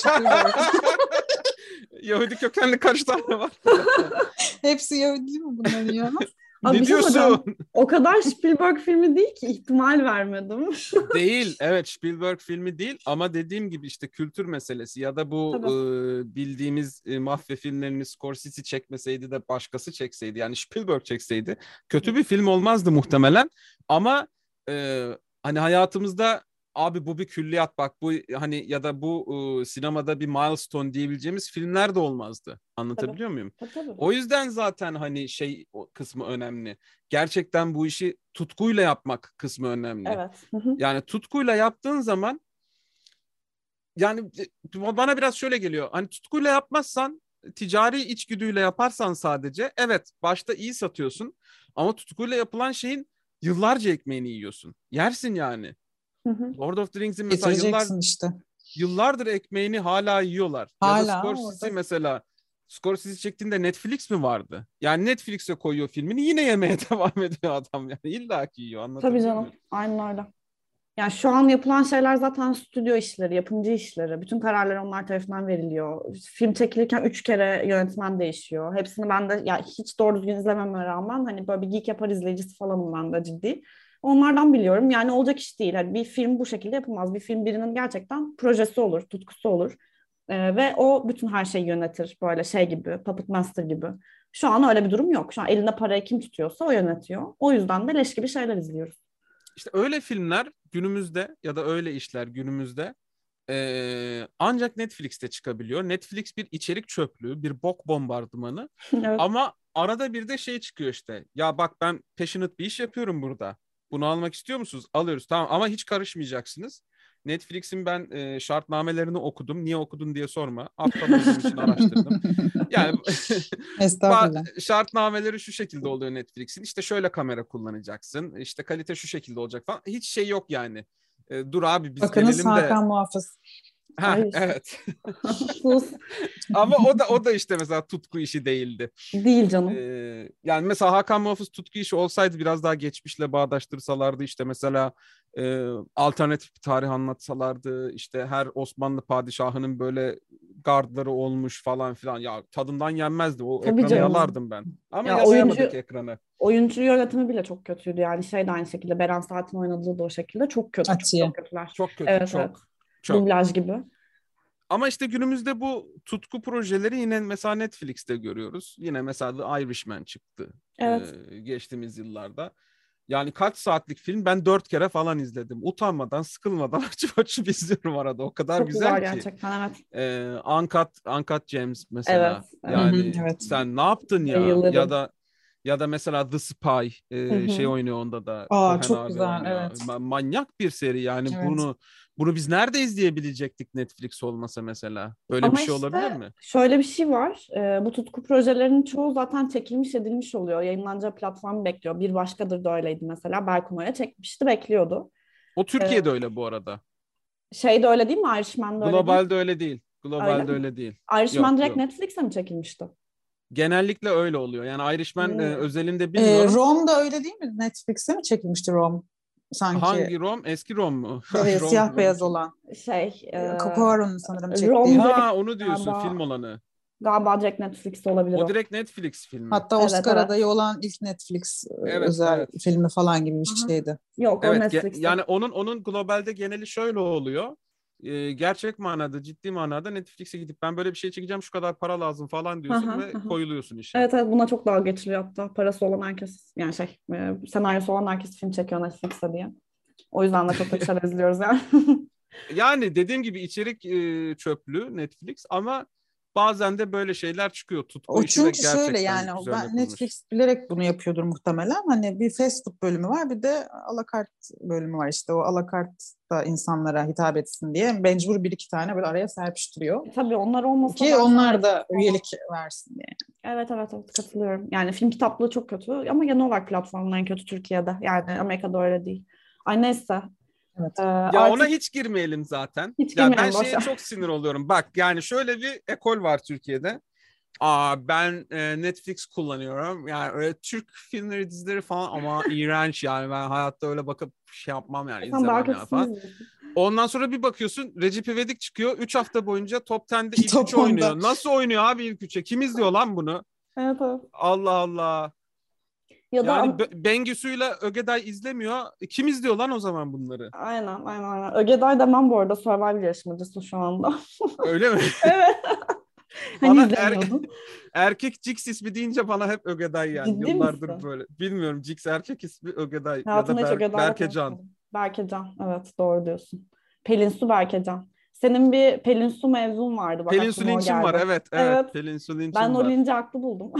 Yahudi kökenli kaç tane var? Hepsi Yahudi değil mi bunların ya? Abi Ne bir şey diyorsun? söyleyeceğim. O kadar Spielberg filmi değil ki ihtimal vermedim. Değil, evet Spielberg filmi değil ama dediğim gibi işte kültür meselesi ya da bu bildiğimiz mafya filmlerini Scorsese çekmeseydi de başkası çekseydi yani Spielberg çekseydi kötü bir film olmazdı muhtemelen ama hani hayatımızda abi bu bir külliyat bak bu hani ya da bu sinemada bir milestone diyebileceğimiz filmler de olmazdı. Anlatabiliyor muyum? Tabii. O yüzden zaten hani şey o kısmı önemli. Gerçekten bu işi tutkuyla yapmak kısmı önemli. Evet. Yani tutkuyla yaptığın zaman yani bana biraz şöyle geliyor. Hani tutkuyla yapmazsan ticari içgüdüyle yaparsan sadece evet başta iyi satıyorsun ama tutkuyla yapılan şeyin yıllarca ekmeğini yiyorsun. Yersin yani. Lord of the Rings'in mesela Getireceksin işte. yıllardır ekmeğini hala yiyorlar. Ya da Hala Scorsese orada. mesela Scorsese çektiğinde Netflix mi vardı? Yani Netflix'e koyuyor filmini, yine yemeye devam ediyor adam. Yani illa ki yiyor, Tabii anlatabiliyor canım. muyum? Aynen öyle. Yani şu an yapılan şeyler zaten stüdyo işleri, yapımcı işleri. Bütün kararlar onlar tarafından veriliyor. Film çekilirken 3 kere yönetmen değişiyor. Hepsini ben de ya hiç doğru düzgün izlememe rağmen hani böyle bir geek yapar izleyicisi falanım ben de ciddi. Onlardan biliyorum. Yani olacak iş değil. Hani bir film bu şekilde yapılmaz. Bir film birinin gerçekten projesi olur, tutkusu olur. Ve o bütün her şeyi yönetir. Böyle şey gibi, Puppet Master gibi. Şu an öyle bir durum yok. Şu an elinde parayı kim tutuyorsa o yönetiyor. O yüzden de leş gibi şeyler izliyoruz. İşte öyle filmler günümüzde ya da öyle işler günümüzde ancak Netflix'te çıkabiliyor. Netflix bir içerik çöplüğü, bir bok bombardımanı. Evet. Ama arada bir de şey çıkıyor işte. Ya bak, ben passionate bir iş yapıyorum burada. Bunu almak istiyor musunuz? Alıyoruz. Tamam, ama hiç karışmayacaksınız. Netflix'in ben şartnamelerini okudum. Niye okudun diye sorma. Aptal olduğum için araştırdım. Yani Estağfurullah. şartnameleri şu şekilde oluyor Netflix'in. İşte şöyle kamera kullanacaksın. İşte kalite şu şekilde olacak falan. Hiç şey yok yani. Dur abi, biz Bakınız gelelim de. Hakan Muhafız. Ha, Ay. evet. Sus. Ama o da işte mesela tutku işi değildi. Değil canım. Yani mesela Hakan Muhafız tutku işi olsaydı, biraz daha geçmişle bağdaştırsalardı, işte mesela alternatif bir tarih anlatsalardı, işte her Osmanlı padişahının böyle gardları olmuş falan filan, ya tadından yenmezdi. O Tabii ekranı canım. yalardım ben. Ama Ya yalayamadık ekranı. oyuncu yönetimi bile çok kötüydü. Yani şey de aynı şekilde. Beren Saat'in oynadığı da o şekilde. Çok kötü. Çok, Atiye. çok kötüler. Çok kötü, Evet, evet. çok. Dublaj gibi. Ama işte günümüzde bu tutku projeleri yine mesela Netflix'te görüyoruz. Yine mesela The Irishman çıktı Evet. geçtiğimiz yıllarda. Yani kaç saatlik film, ben 4 kere falan izledim. Utanmadan, sıkılmadan açıp izliyorum arada. O kadar Çok güzel güzel ki. gerçekten, evet. Uncut Gems Evet. mesela. Evet. Hı hı, Yani evet. sen ne yaptın ya? Bayılırım. Ya da mesela The Spy Hı şey hı. oynuyor onda da. Aa, Cohen çok abi güzel, oynuyor. evet. Manyak bir seri yani. Evet. Bunu biz nerede izleyebilecektik Netflix olmasa mesela? Böyle bir Ama şey olabilir işte mi? şöyle bir şey var. Bu tutku projelerinin çoğu zaten çekilmiş edilmiş oluyor. Yayınlanacağı platformu bekliyor. Bir Başkadır da öyleydi mesela. Berkun Oya çekmişti, bekliyordu. O Ee, Türkiye'de öyle bu arada. Şey de öyle değil mi? Irishman de öyle değil mi? Globalde öyle değil. Öyle Globalde mi? öyle değil. Irishman Yok, direkt yok. Netflix'e mi çekilmişti? Genellikle öyle oluyor. Yani Irishman Hmm. özelinde bilmiyorum. Rome da öyle değil mi? Netflix'e mi çekilmişti Rome? Sanki Hangi Rom? Eski Rom mu? evet, siyah Rom beyaz çok. olan. Şey, Cuaron'un sanırım çektiği. Rom Ha, direkt onu diyorsun, film galiba, olanı. galiba direkt Netflix'te olabilir O o. direkt Netflix filmi. Hatta Evet, Oscar evet. adayı olan ilk Netflix Evet, özel evet. filmi falan gibi bir Aha. şeydi. Yok, o Evet, Netflix'te. yani onun globalde geneli şöyle oluyor. Gerçek manada, ciddi manada Netflix'e gidip ben böyle bir şey çekeceğim, şu kadar para lazım falan diyorsun Aha, ve aha. koyuluyorsun işe. Evet, evet, buna çok dalga geçiliyor hatta. Parası olan herkes, yani senaryosu olan herkes film çekiyor Netflix'te diye. O yüzden de çok kötü şeyler izliyoruz yani. Yani dediğim gibi içerik çöplüğü Netflix, ama bazen de böyle şeyler çıkıyor. Tutku O işi ve çünkü şöyle, gerçekten yani güzel ben yapılmış. Netflix bilerek bunu yapıyordur muhtemelen. Hani bir fast food bölümü var, bir de alakart bölümü var, işte o alakart da insanlara hitap etsin diye mecbur bir iki tane böyle araya serpiştiriyor. Tabii onlar olmasa Ki zaten onlar da Netflix olmaz. üyelik versin diye. Evet, evet, evet, katılıyorum. Yani film kitaplığı çok kötü ama genel olarak platformun en kötü Türkiye'de. Yani Amerika'da öyle değil. Ay neyse. Evet. Ya ona Artık hiç girmeyelim zaten. hiç Ya ben girmeyelim, boş şeye ver. çok sinir oluyorum. Bak, yani şöyle bir ekol var Türkiye'de. Ben Netflix kullanıyorum. Yani öyle Türk filmleri, dizileri falan ama iğrenç yani. Ben hayatta öyle bakıp şey yapmam yani, Sen daha izlemem yani kötüsünü falan. izliyorsun. Ondan sonra bir bakıyorsun Recep İvedik çıkıyor. 3 hafta boyunca Top 10'de ilk Top 3'ü 10'da. oynuyor. Nasıl oynuyor abi ilk 3'e? Kim izliyor lan bunu? Evet, evet. Allah Allah. Ya da Yani Bengisu'yla Ögeday izlemiyor. Kim izliyor lan o zaman bunları? aynen, aynen, aynen. Ögeday demem bu arada, Survivor yarışmacısı şu anda. Öyle mi? Evet. Hani Bana izlemiyordun. erkek Cix ismi deyince bana hep Ögeday yani. Ciddi Yıllardır misin? böyle. Bilmiyorum, Cix erkek ismi Ögeday ya da Hayatımda hiç Ögeday'la Berkecan. tanışmadım. Berkecan, evet, doğru diyorsun. Pelin Su Berkecan. Senin bir Pelin Su mevzun vardı, bak Pelin Su aklıma o Lynch'in var, geldi. evet evet, Evet, Pelin Su ben Lynch'in o var. linci haklı buldum.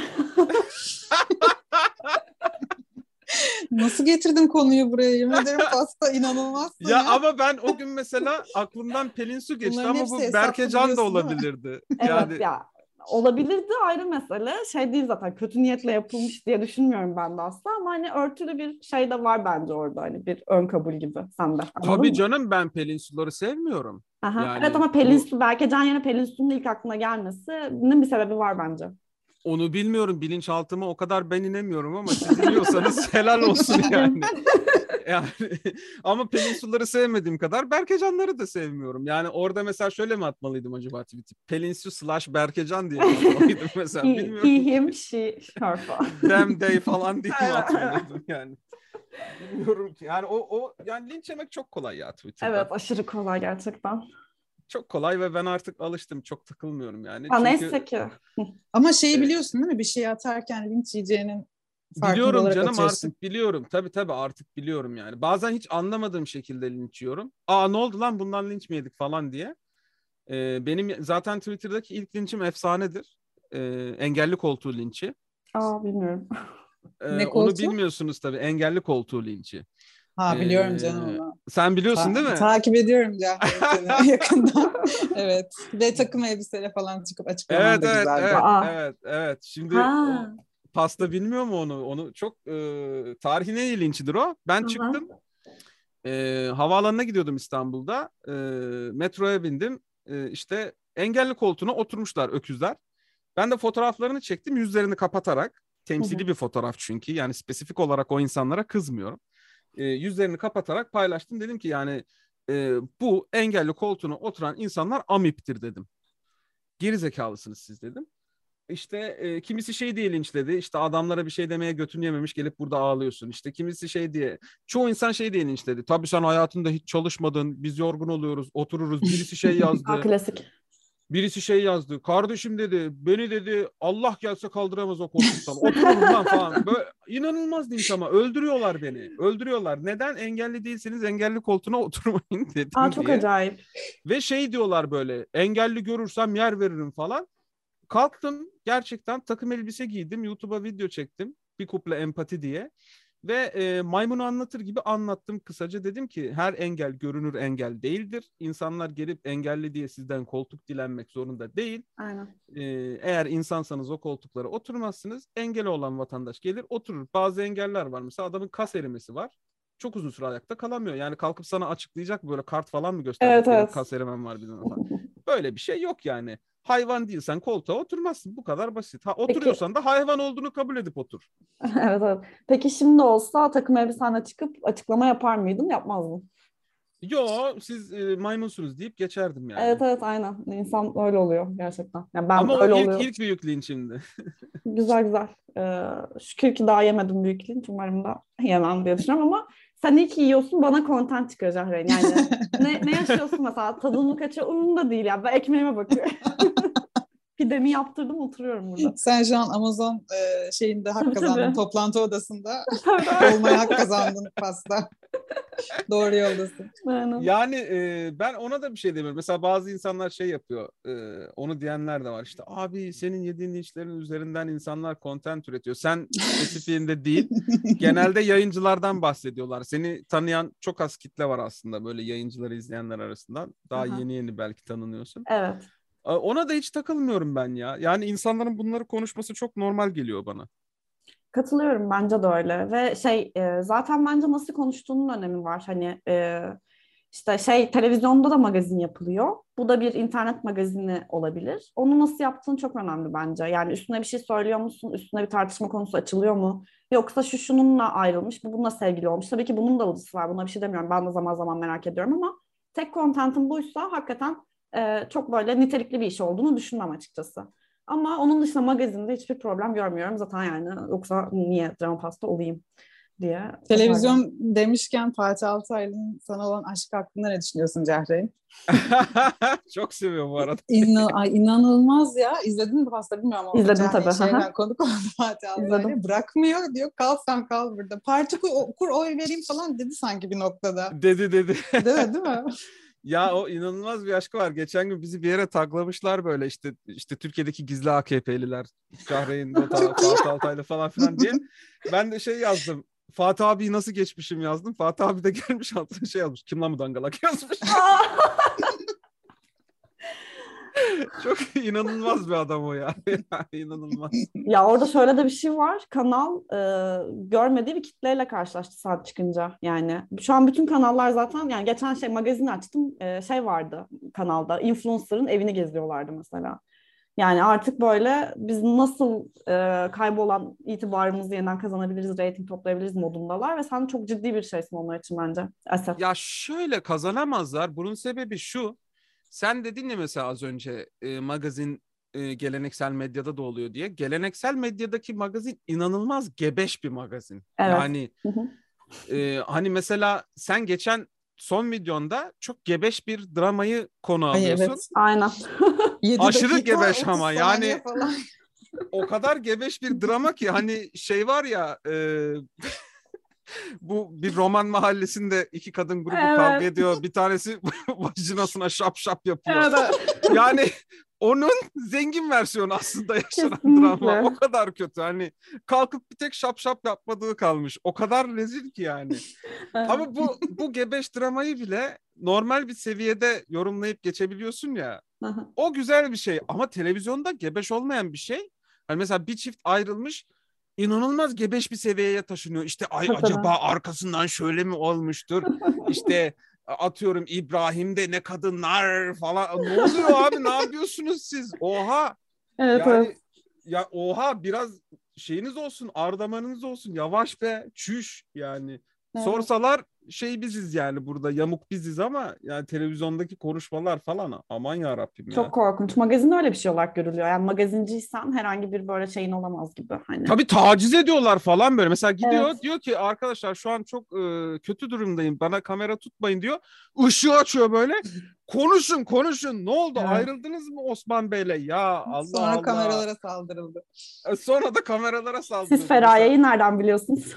Nasıl getirdin konuyu buraya? Yemin ederim pasta, inanılmazsın Ya ya. ama ben o gün mesela aklımdan Pelin Su geçti Bunların ama hepsi bu hesaplı, Berkecan da biliyorsun değil mi? olabilirdi. Evet Yani ya, olabilirdi, ayrı mesele. Şey değil zaten, kötü niyetle yapılmış diye düşünmüyorum ben de asla, ama hani örtülü bir şey de var bence orada, hani bir ön kabul gibi sende, anladın Tabii mı? canım, ben Pelin Suları sevmiyorum. Aha. Evet, Yani ama Pelin bu, Su, Berkecan yerine Pelin Su'nun ilk aklına gelmesinin bir sebebi var bence. onu bilmiyorum. Bilinçaltıma o kadar ben inemiyorum ama siz iniyorsanız helal olsun Kim? yani. Yani ama Pelin Suları sevmediğim kadar Berkecanları da sevmiyorum. Yani orada mesela şöyle mi atmalıydım acaba tweet'i? Pelin Su slash Berkecan diye mi atmalıydım mesela, He, bilmiyorum him, ki. she, her falan. Them, they falan diye mi Evet, evet. atmalıydım yani? Bilmiyorum ki. Yani o yani linç yemek çok kolay ya Twitter'da. Evet, aşırı kolay gerçekten. Çok kolay ve ben artık alıştım. Çok takılmıyorum yani. Ha, Çünkü neyse ki. Ama şeyi e, biliyorsun değil mi? Bir şey atarken linç yiyeceğinin farkında biliyorum olarak canım, atıyorsun. artık biliyorum. Tabii artık biliyorum yani. Bazen hiç anlamadığım şekilde linç yiyorum. Aa, ne oldu lan, bundan linç mi yedik falan diye. Benim zaten Twitter'daki ilk linçim efsanedir. Engelli koltuğu linçi. Aa, bilmiyorum. Ne Onu koltuğu? bilmiyorsunuz tabii. Engelli koltuğu linçi. Ha, biliyorum canım onu. Sen biliyorsun değil mi? Takip ediyorum Cahreyn seni yakından. Evet. Ve takım elbiseyle falan çıkıp açıklaman Evet da evet güzeldi. evet Aa, evet evet. Şimdi o ha. pasta bilmiyor mu onu? Onu çok tarihin en iyi linçidir o. Ben Hı hı. çıktım. Havaalanına gidiyordum İstanbul'da. Metroya bindim. İşte engelli koltuğuna oturmuşlar öküzler. Ben de fotoğraflarını çektim yüzlerini kapatarak. Hı hı. Temsili bir fotoğraf çünkü. Yani spesifik olarak o insanlara kızmıyorum. Yüzlerini kapatarak paylaştım. Dedim ki yani bu engelli koltuğuna oturan insanlar amiptir dedim. Geri zekalısınız siz dedim. İşte kimisi şey diye linçledi. İşte adamlara bir şey demeye götün yememiş, gelip burada ağlıyorsun. İşte kimisi şey diye. Çoğu insan şey diye linçledi. Tabii sen hayatında hiç çalışmadın. Biz yorgun oluyoruz, otururuz. Birisi şey Aa, yazdı. klasik. Birisi şey yazdı. Kardeşim dedi, beni dedi Allah gelse kaldıramaz o koltuktan. Otururum lan falan. Böyle inanılmaz linç ama öldürüyorlar beni. Öldürüyorlar. Neden? Engelli değilseniz engelli koltuğuna oturmayın Aa, dedim çok diye. acayip. Ve şey diyorlar böyle, engelli görürsem yer veririm falan. Kalktım, gerçekten takım elbise giydim. YouTube'a video çektim. Bir kuple empati diye. Ve maymunu anlatır gibi anlattım kısaca. Dedim ki her engel görünür engel değildir. İnsanlar gelip engelli diye sizden koltuk dilenmek zorunda değil. Aynen. Eğer insansanız o koltuklara oturmazsınız. Engeli olan vatandaş gelir oturur. Bazı engeller var. Mesela adamın kas erimesi var. Çok uzun süre ayakta kalamıyor. Yani kalkıp sana açıklayacak, böyle kart falan mı Evet, gösterecek? Benim evet. kas erimem var bizim falan. Böyle bir şey yok yani. Hayvan değilsen koltuğa oturmazsın. Bu kadar basit. Ha, Peki, oturuyorsan da hayvan olduğunu kabul edip otur. evet, evet. Peki şimdi olsa takım elbisenle çıkıp açıklama yapar mıydın, yapmaz mısın? Yo, siz maymunsunuz deyip geçerdim yani. Evet, evet, aynen. İnsan öyle oluyor gerçekten. Yani Ama ben o öyle ilk oluyor. ilk büyük linçimdi. Güzel, güzel. Şükür ki daha yemedim büyük linç. Umarım da yemem diye düşünüyorum, ama sen iyi ki yiyorsun, bana content çıkıyor Cahreyn. Yani ne yaşıyorsun mesela, tadın mı kaçıyor umurumda değil ya. Ben ekmeğime bakıyorum. Pidemi yaptırdım, oturuyorum burada. Sen şu an Amazon şeyinde hak Tabii, kazandın. tabii. Toplantı odasında Tabii, tabii. olmaya hak kazandın pasta. Doğru yoldasın. Aynen. Yani ben ona da bir şey demiyorum. Mesela bazı insanlar şey yapıyor. Onu diyenler de var. İşte abi senin yediğin linçlerin üzerinden insanlar content üretiyor. Sen spesifiğinde değil. Genelde yayıncılardan bahsediyorlar. Seni tanıyan çok az kitle var aslında, böyle yayıncıları izleyenler arasından. Daha Aha. yeni yeni belki tanınıyorsun. Evet. Ona da hiç takılmıyorum ben ya. Yani insanların bunları konuşması çok normal geliyor bana. Katılıyorum, bence de öyle. Ve zaten bence nasıl konuştuğunun önemi var. Hani işte televizyonda da magazin yapılıyor. Bu da bir internet magazini olabilir. Onu nasıl yaptığın çok önemli bence. Yani üstüne bir şey söylüyor musun? Üstüne bir tartışma konusu açılıyor mu? Yoksa şu şununla ayrılmış, bu bununla sevgili olmuş. Tabii ki bunun da alıcısı var. Buna bir şey demiyorum. Ben de zaman zaman merak ediyorum, ama tek contentin buysa hakikaten çok böyle nitelikli bir iş olduğunu düşünmem açıkçası. Ama onun dışında magazinde hiçbir problem görmüyorum. Zaten yani yoksa niye drama pasta olayım diye toparlıyorum. Televizyon demişken Fatih Altaylı'nın sana olan aşkı hakkında ne düşünüyorsun Cahreyn? Çok seviyorum bu arada. İnanılmaz ya. İzledin mi pasta bilmiyorum ama İzledim Cahreyn tabii. şeyden konuk oldu Fatih İzledim. Altaylı. Bırakmıyor diyor. Kal sen kal burada. Parti kur oy vereyim falan dedi sanki bir noktada. Dedi. Değil mi? Ya o inanılmaz bir aşkı var. Geçen gün bizi bir yere taglamışlar böyle, işte Türkiye'deki gizli AKP'liler. Cahreyn Dota, Çok iyi. Fatih Altaylı falan filan diye. Ben de şey yazdım. Fatih abiyi nasıl geçmişim yazdım. Fatih abi de gelmiş altına şey yazmış. Kim lan bu dangalak yazmış. Çok inanılmaz bir adam o ya. İnanılmaz. Ya orada şöyle de bir şey var. Kanal görmediği bir kitleyle karşılaştı saat çıkınca. Yani şu an bütün kanallar zaten, yani geçen magazin açtım, şey vardı kanalda. Influencer'ın evini geziyorlardı mesela. Yani artık böyle biz nasıl kaybolan itibarımızı yeniden kazanabiliriz, reyting toplayabiliriz modundalar ve sen çok ciddi bir şeysin onlar için bence. Asef. Ya şöyle kazanamazlar. Bunun sebebi şu. Sen dedin ya mesela az önce magazin geleneksel medyada da oluyor diye. Geleneksel medyadaki magazin inanılmaz gebeş bir magazin. Evet. Yani hani mesela sen geçen son videonda çok gebeş bir dramayı konu Ay alıyorsun. evet. Aynen. 7 Aşırı dakika, gebeş 30 ama saniye yani falan. o kadar gebeş bir drama ki hani şey var ya bu bir roman mahallesinde iki kadın grubu kavga Evet. ediyor. Bir tanesi vajinasına şap şap yapıyor. Evet, evet. Yani onun zengin versiyonu aslında yaşanan drama. Kesinlikle. O kadar kötü. Hani kalkıp bir tek şap şap yapmadığı kalmış. O kadar rezil ki yani. Ama bu gebeş dramayı bile normal bir seviyede yorumlayıp geçebiliyorsun ya. O güzel bir şey. Ama televizyonda gebeş olmayan bir şey. Hani mesela bir çift ayrılmış, inanılmaz gebeş bir seviyeye taşınıyor. İşte ay Tabii, tabii. acaba arkasından şöyle mi olmuştur? İşte atıyorum İbrahim'de ne kadınlar falan. Ne oluyor abi? Ne yapıyorsunuz siz? Oha. Evet, Yani evet. ya oha, biraz şeyiniz olsun, ardamanınız olsun. Yavaş be, çüş yani. Evet. Sorsalar şey biziz yani, burada yamuk biziz ama yani televizyondaki konuşmalar falan aman ya Rabbim ya. Çok korkunç. Magazin öyle bir şey olarak görülüyor. Yani magazinciysen herhangi bir böyle şeyin olamaz gibi. Hani. Tabii taciz ediyorlar falan böyle. Mesela gidiyor Evet. diyor ki arkadaşlar şu an çok kötü durumdayım. Bana kamera tutmayın diyor. Işığı açıyor böyle. Konuşun konuşun. Ne oldu? Evet. Ayrıldınız mı Osman Bey'le? Ya Allah Sonra Allah. kameralara saldırıldı. Sonra da kameralara Siz saldırıldı. Feraye'yi nereden biliyorsunuz?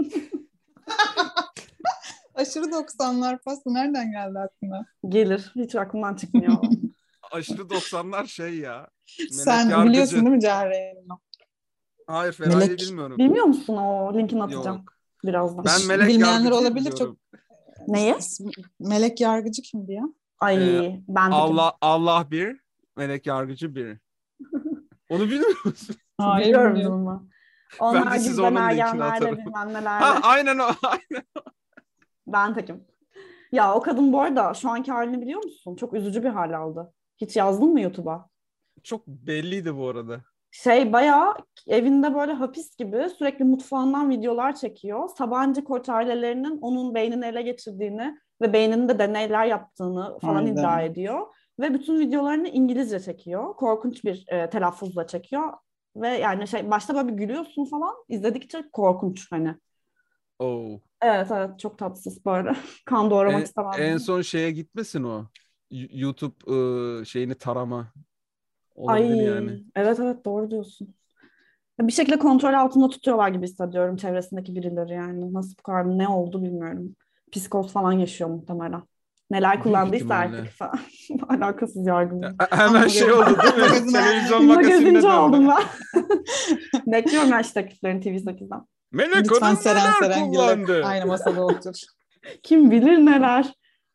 Aşırı 90'lar pası nereden geldi aklına? Gelir. Hiç aklımdan çıkmıyor. Aşırı 90'lar şey ya. Melek Sen Yargıcı. biliyorsun değil mi Cahreyn'i? Hayır, Feraye Melek. bilmiyorum. Bilmiyor musun o? Linkini atacağım Yok. birazdan. Ben Melek Bilmeyenler Yargıcı'yı olabilir çok. biliyorum. Neyi? Melek Yargıcı kimdi ya? Ay Ee, ben tekim. Allah bir, Melek Yargıcı bir. Onu bilmiyor musun? Hayır, Biliyorum bilmiyorum. canım ben. Ben Onlar de size gizlen onun linkini ergenlerle atarım. bilmem Ha nelerle. aynen o. Ben tekim. Ya o kadın bu arada şu anki halini biliyor musun? Çok üzücü bir hal aldı. Hiç yazdın mı YouTube'a? Çok belliydi bu arada. Bayağı evinde böyle hapis gibi sürekli mutfağından videolar çekiyor. Sabancı Koç ailelerinin onun beynini ele geçirdiğini ve beyninde deneyler yaptığını falan Hayda. iddia ediyor. Ve bütün videolarını İngilizce çekiyor. Korkunç bir telaffuzla çekiyor. Ve yani başta böyle bir gülüyorsun falan. İzledikçe korkunç hani. Oh. Evet, evet, çok tatsız böyle. Kan doğramak istemem. En son şeye gitmesin o. YouTube şeyini tarama. Ay, Olabilir yani. evet, evet, doğru diyorsun. Bir şekilde kontrol altında tutuyorlar gibi hissediyorum çevresindeki birileri yani. Nasıl bu kadar, ne oldu bilmiyorum. Psikoz falan yaşıyor muhtemelen. Neler Büyük kullandıysa artık ihtimalle. falan. Alakasız yargılıyor. Hemen şey oldu değil mi? Magazin Televizyon almaya. magazinine Magazinci oldum döndü. ben. Bekliyorum yaş tekliflerini TV8'den. Melek Lütfen Hanım Seren neler Serengil'le kullandı? aynı masada otur. Kim bilir neler.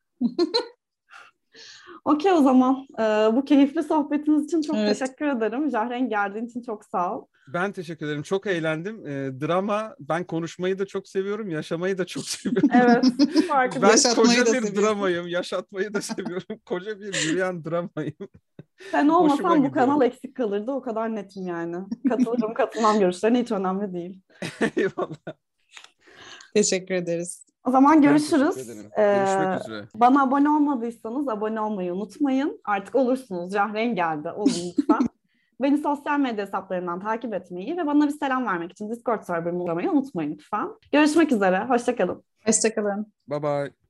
Okey o zaman. Bu keyifli sohbetiniz için çok Evet. teşekkür ederim. Jahren, geldiğin için çok sağ ol. Ben teşekkür ederim. Çok eğlendim. Drama, ben konuşmayı da çok seviyorum. Yaşamayı da çok seviyorum. Evet. Farkı Ben Yaşatmayı koca da bir seviyorsun. dramayım. Yaşatmayı da seviyorum. Koca bir yürüyen dramayım. Sen Hoşuma olmasan bu gidiyor. kanal eksik kalırdı. O kadar netim yani. Katılırım, katılmam görüşlerine hiç önemli değil. Eyvallah. Teşekkür ederiz. O zaman Ben görüşürüz. teşekkür ederim. Görüşmek üzere. Bana abone olmadıysanız abone olmayı unutmayın. Artık olursunuz. Jahren geldi. Olun lütfen. Beni sosyal medya hesaplarından takip etmeyi ve bana bir selam vermek için Discord serverımı uğramayı unutmayın lütfen. Görüşmek üzere. Hoşça kalın. Hoşçakalın. Bye bye.